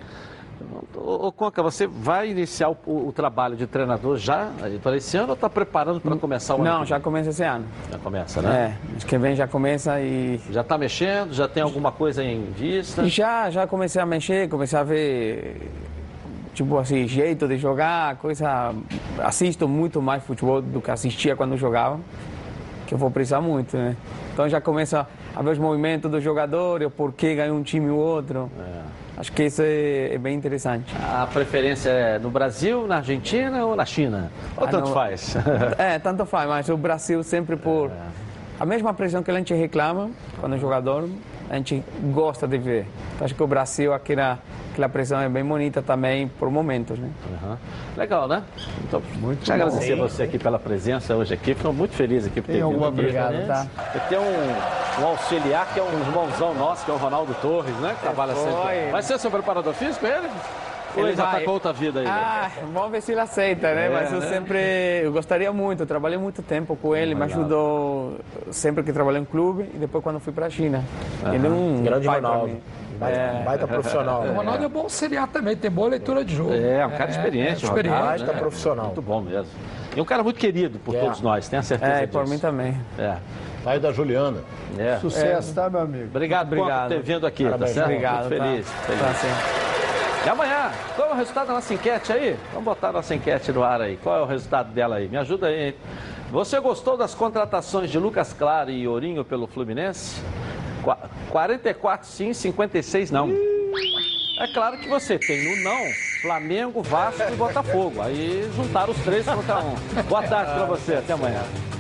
Ô, Conca, você vai iniciar o, o trabalho de treinador já para esse ano ou está preparando para começar o ano? Não, já começa esse ano. Já começa, né? É, acho que vem já começa e... Já está mexendo? Já tem alguma coisa em vista? Já, já comecei a mexer, comecei a ver... Tipo assim, jeito de jogar, coisa... Assisto muito mais futebol do que assistia quando jogava, que eu vou precisar muito, né? Então já começa a ver os movimentos do jogador, o porquê ganha um time ou outro. É. Acho que isso é, é bem interessante. A preferência é no Brasil, na Argentina ou na China? Ou ah, tanto no... faz? É, tanto faz, mas o Brasil sempre por... É. A mesma pressão que a gente reclama quando é jogador, a gente gosta de ver. Então, acho que o Brasil, aquela, aquela pressão é bem bonita também, por momentos, né? Uhum. Legal, né? Então, muito bom. Agradecer a você aqui pela presença hoje aqui. Fico muito feliz aqui por ter vindo aqui. Obrigado, tá? Eu tenho um, um auxiliar que é um irmãozão nosso, que é o Ronaldo Torres, né? Que trabalha Foi. sempre. Vai ser seu preparador físico, ele? Ou ele já está com outra vida aí? Ah, vamos ver se ele aceita, né? É, Mas eu né? sempre, eu gostaria muito, eu trabalhei muito tempo com ele, me ajudou sempre que trabalhei em clube e depois quando fui para a China. Uhum. Ele é um grande pai Ronaldo. Baita, é. baita profissional. O Ronaldo é bom auxiliar também, tem boa leitura de jogo. É, um cara é, experiente. É, experiente. Baita né? profissional. Muito bom mesmo. E um cara muito querido por é. todos nós, tenho a certeza É, e disso. por mim também. É. Pai da Juliana. É. Sucesso, é. tá, meu amigo? Obrigado, obrigado por ter vindo aqui, Parabéns. Tá certo? Obrigado. Muito feliz. Tá. feliz. Tá, sim. E amanhã, qual é o resultado da nossa enquete aí? Vamos botar a nossa enquete no ar aí. Qual é o resultado dela aí? Me ajuda aí, hein? Você gostou das contratações de Lucas Claro e Ourinho pelo Fluminense? quarenta e quatro sim, cinquenta e seis não. É claro que você tem no não Flamengo, Vasco e Botafogo. Aí juntaram os três contra um. Boa tarde pra você, até amanhã.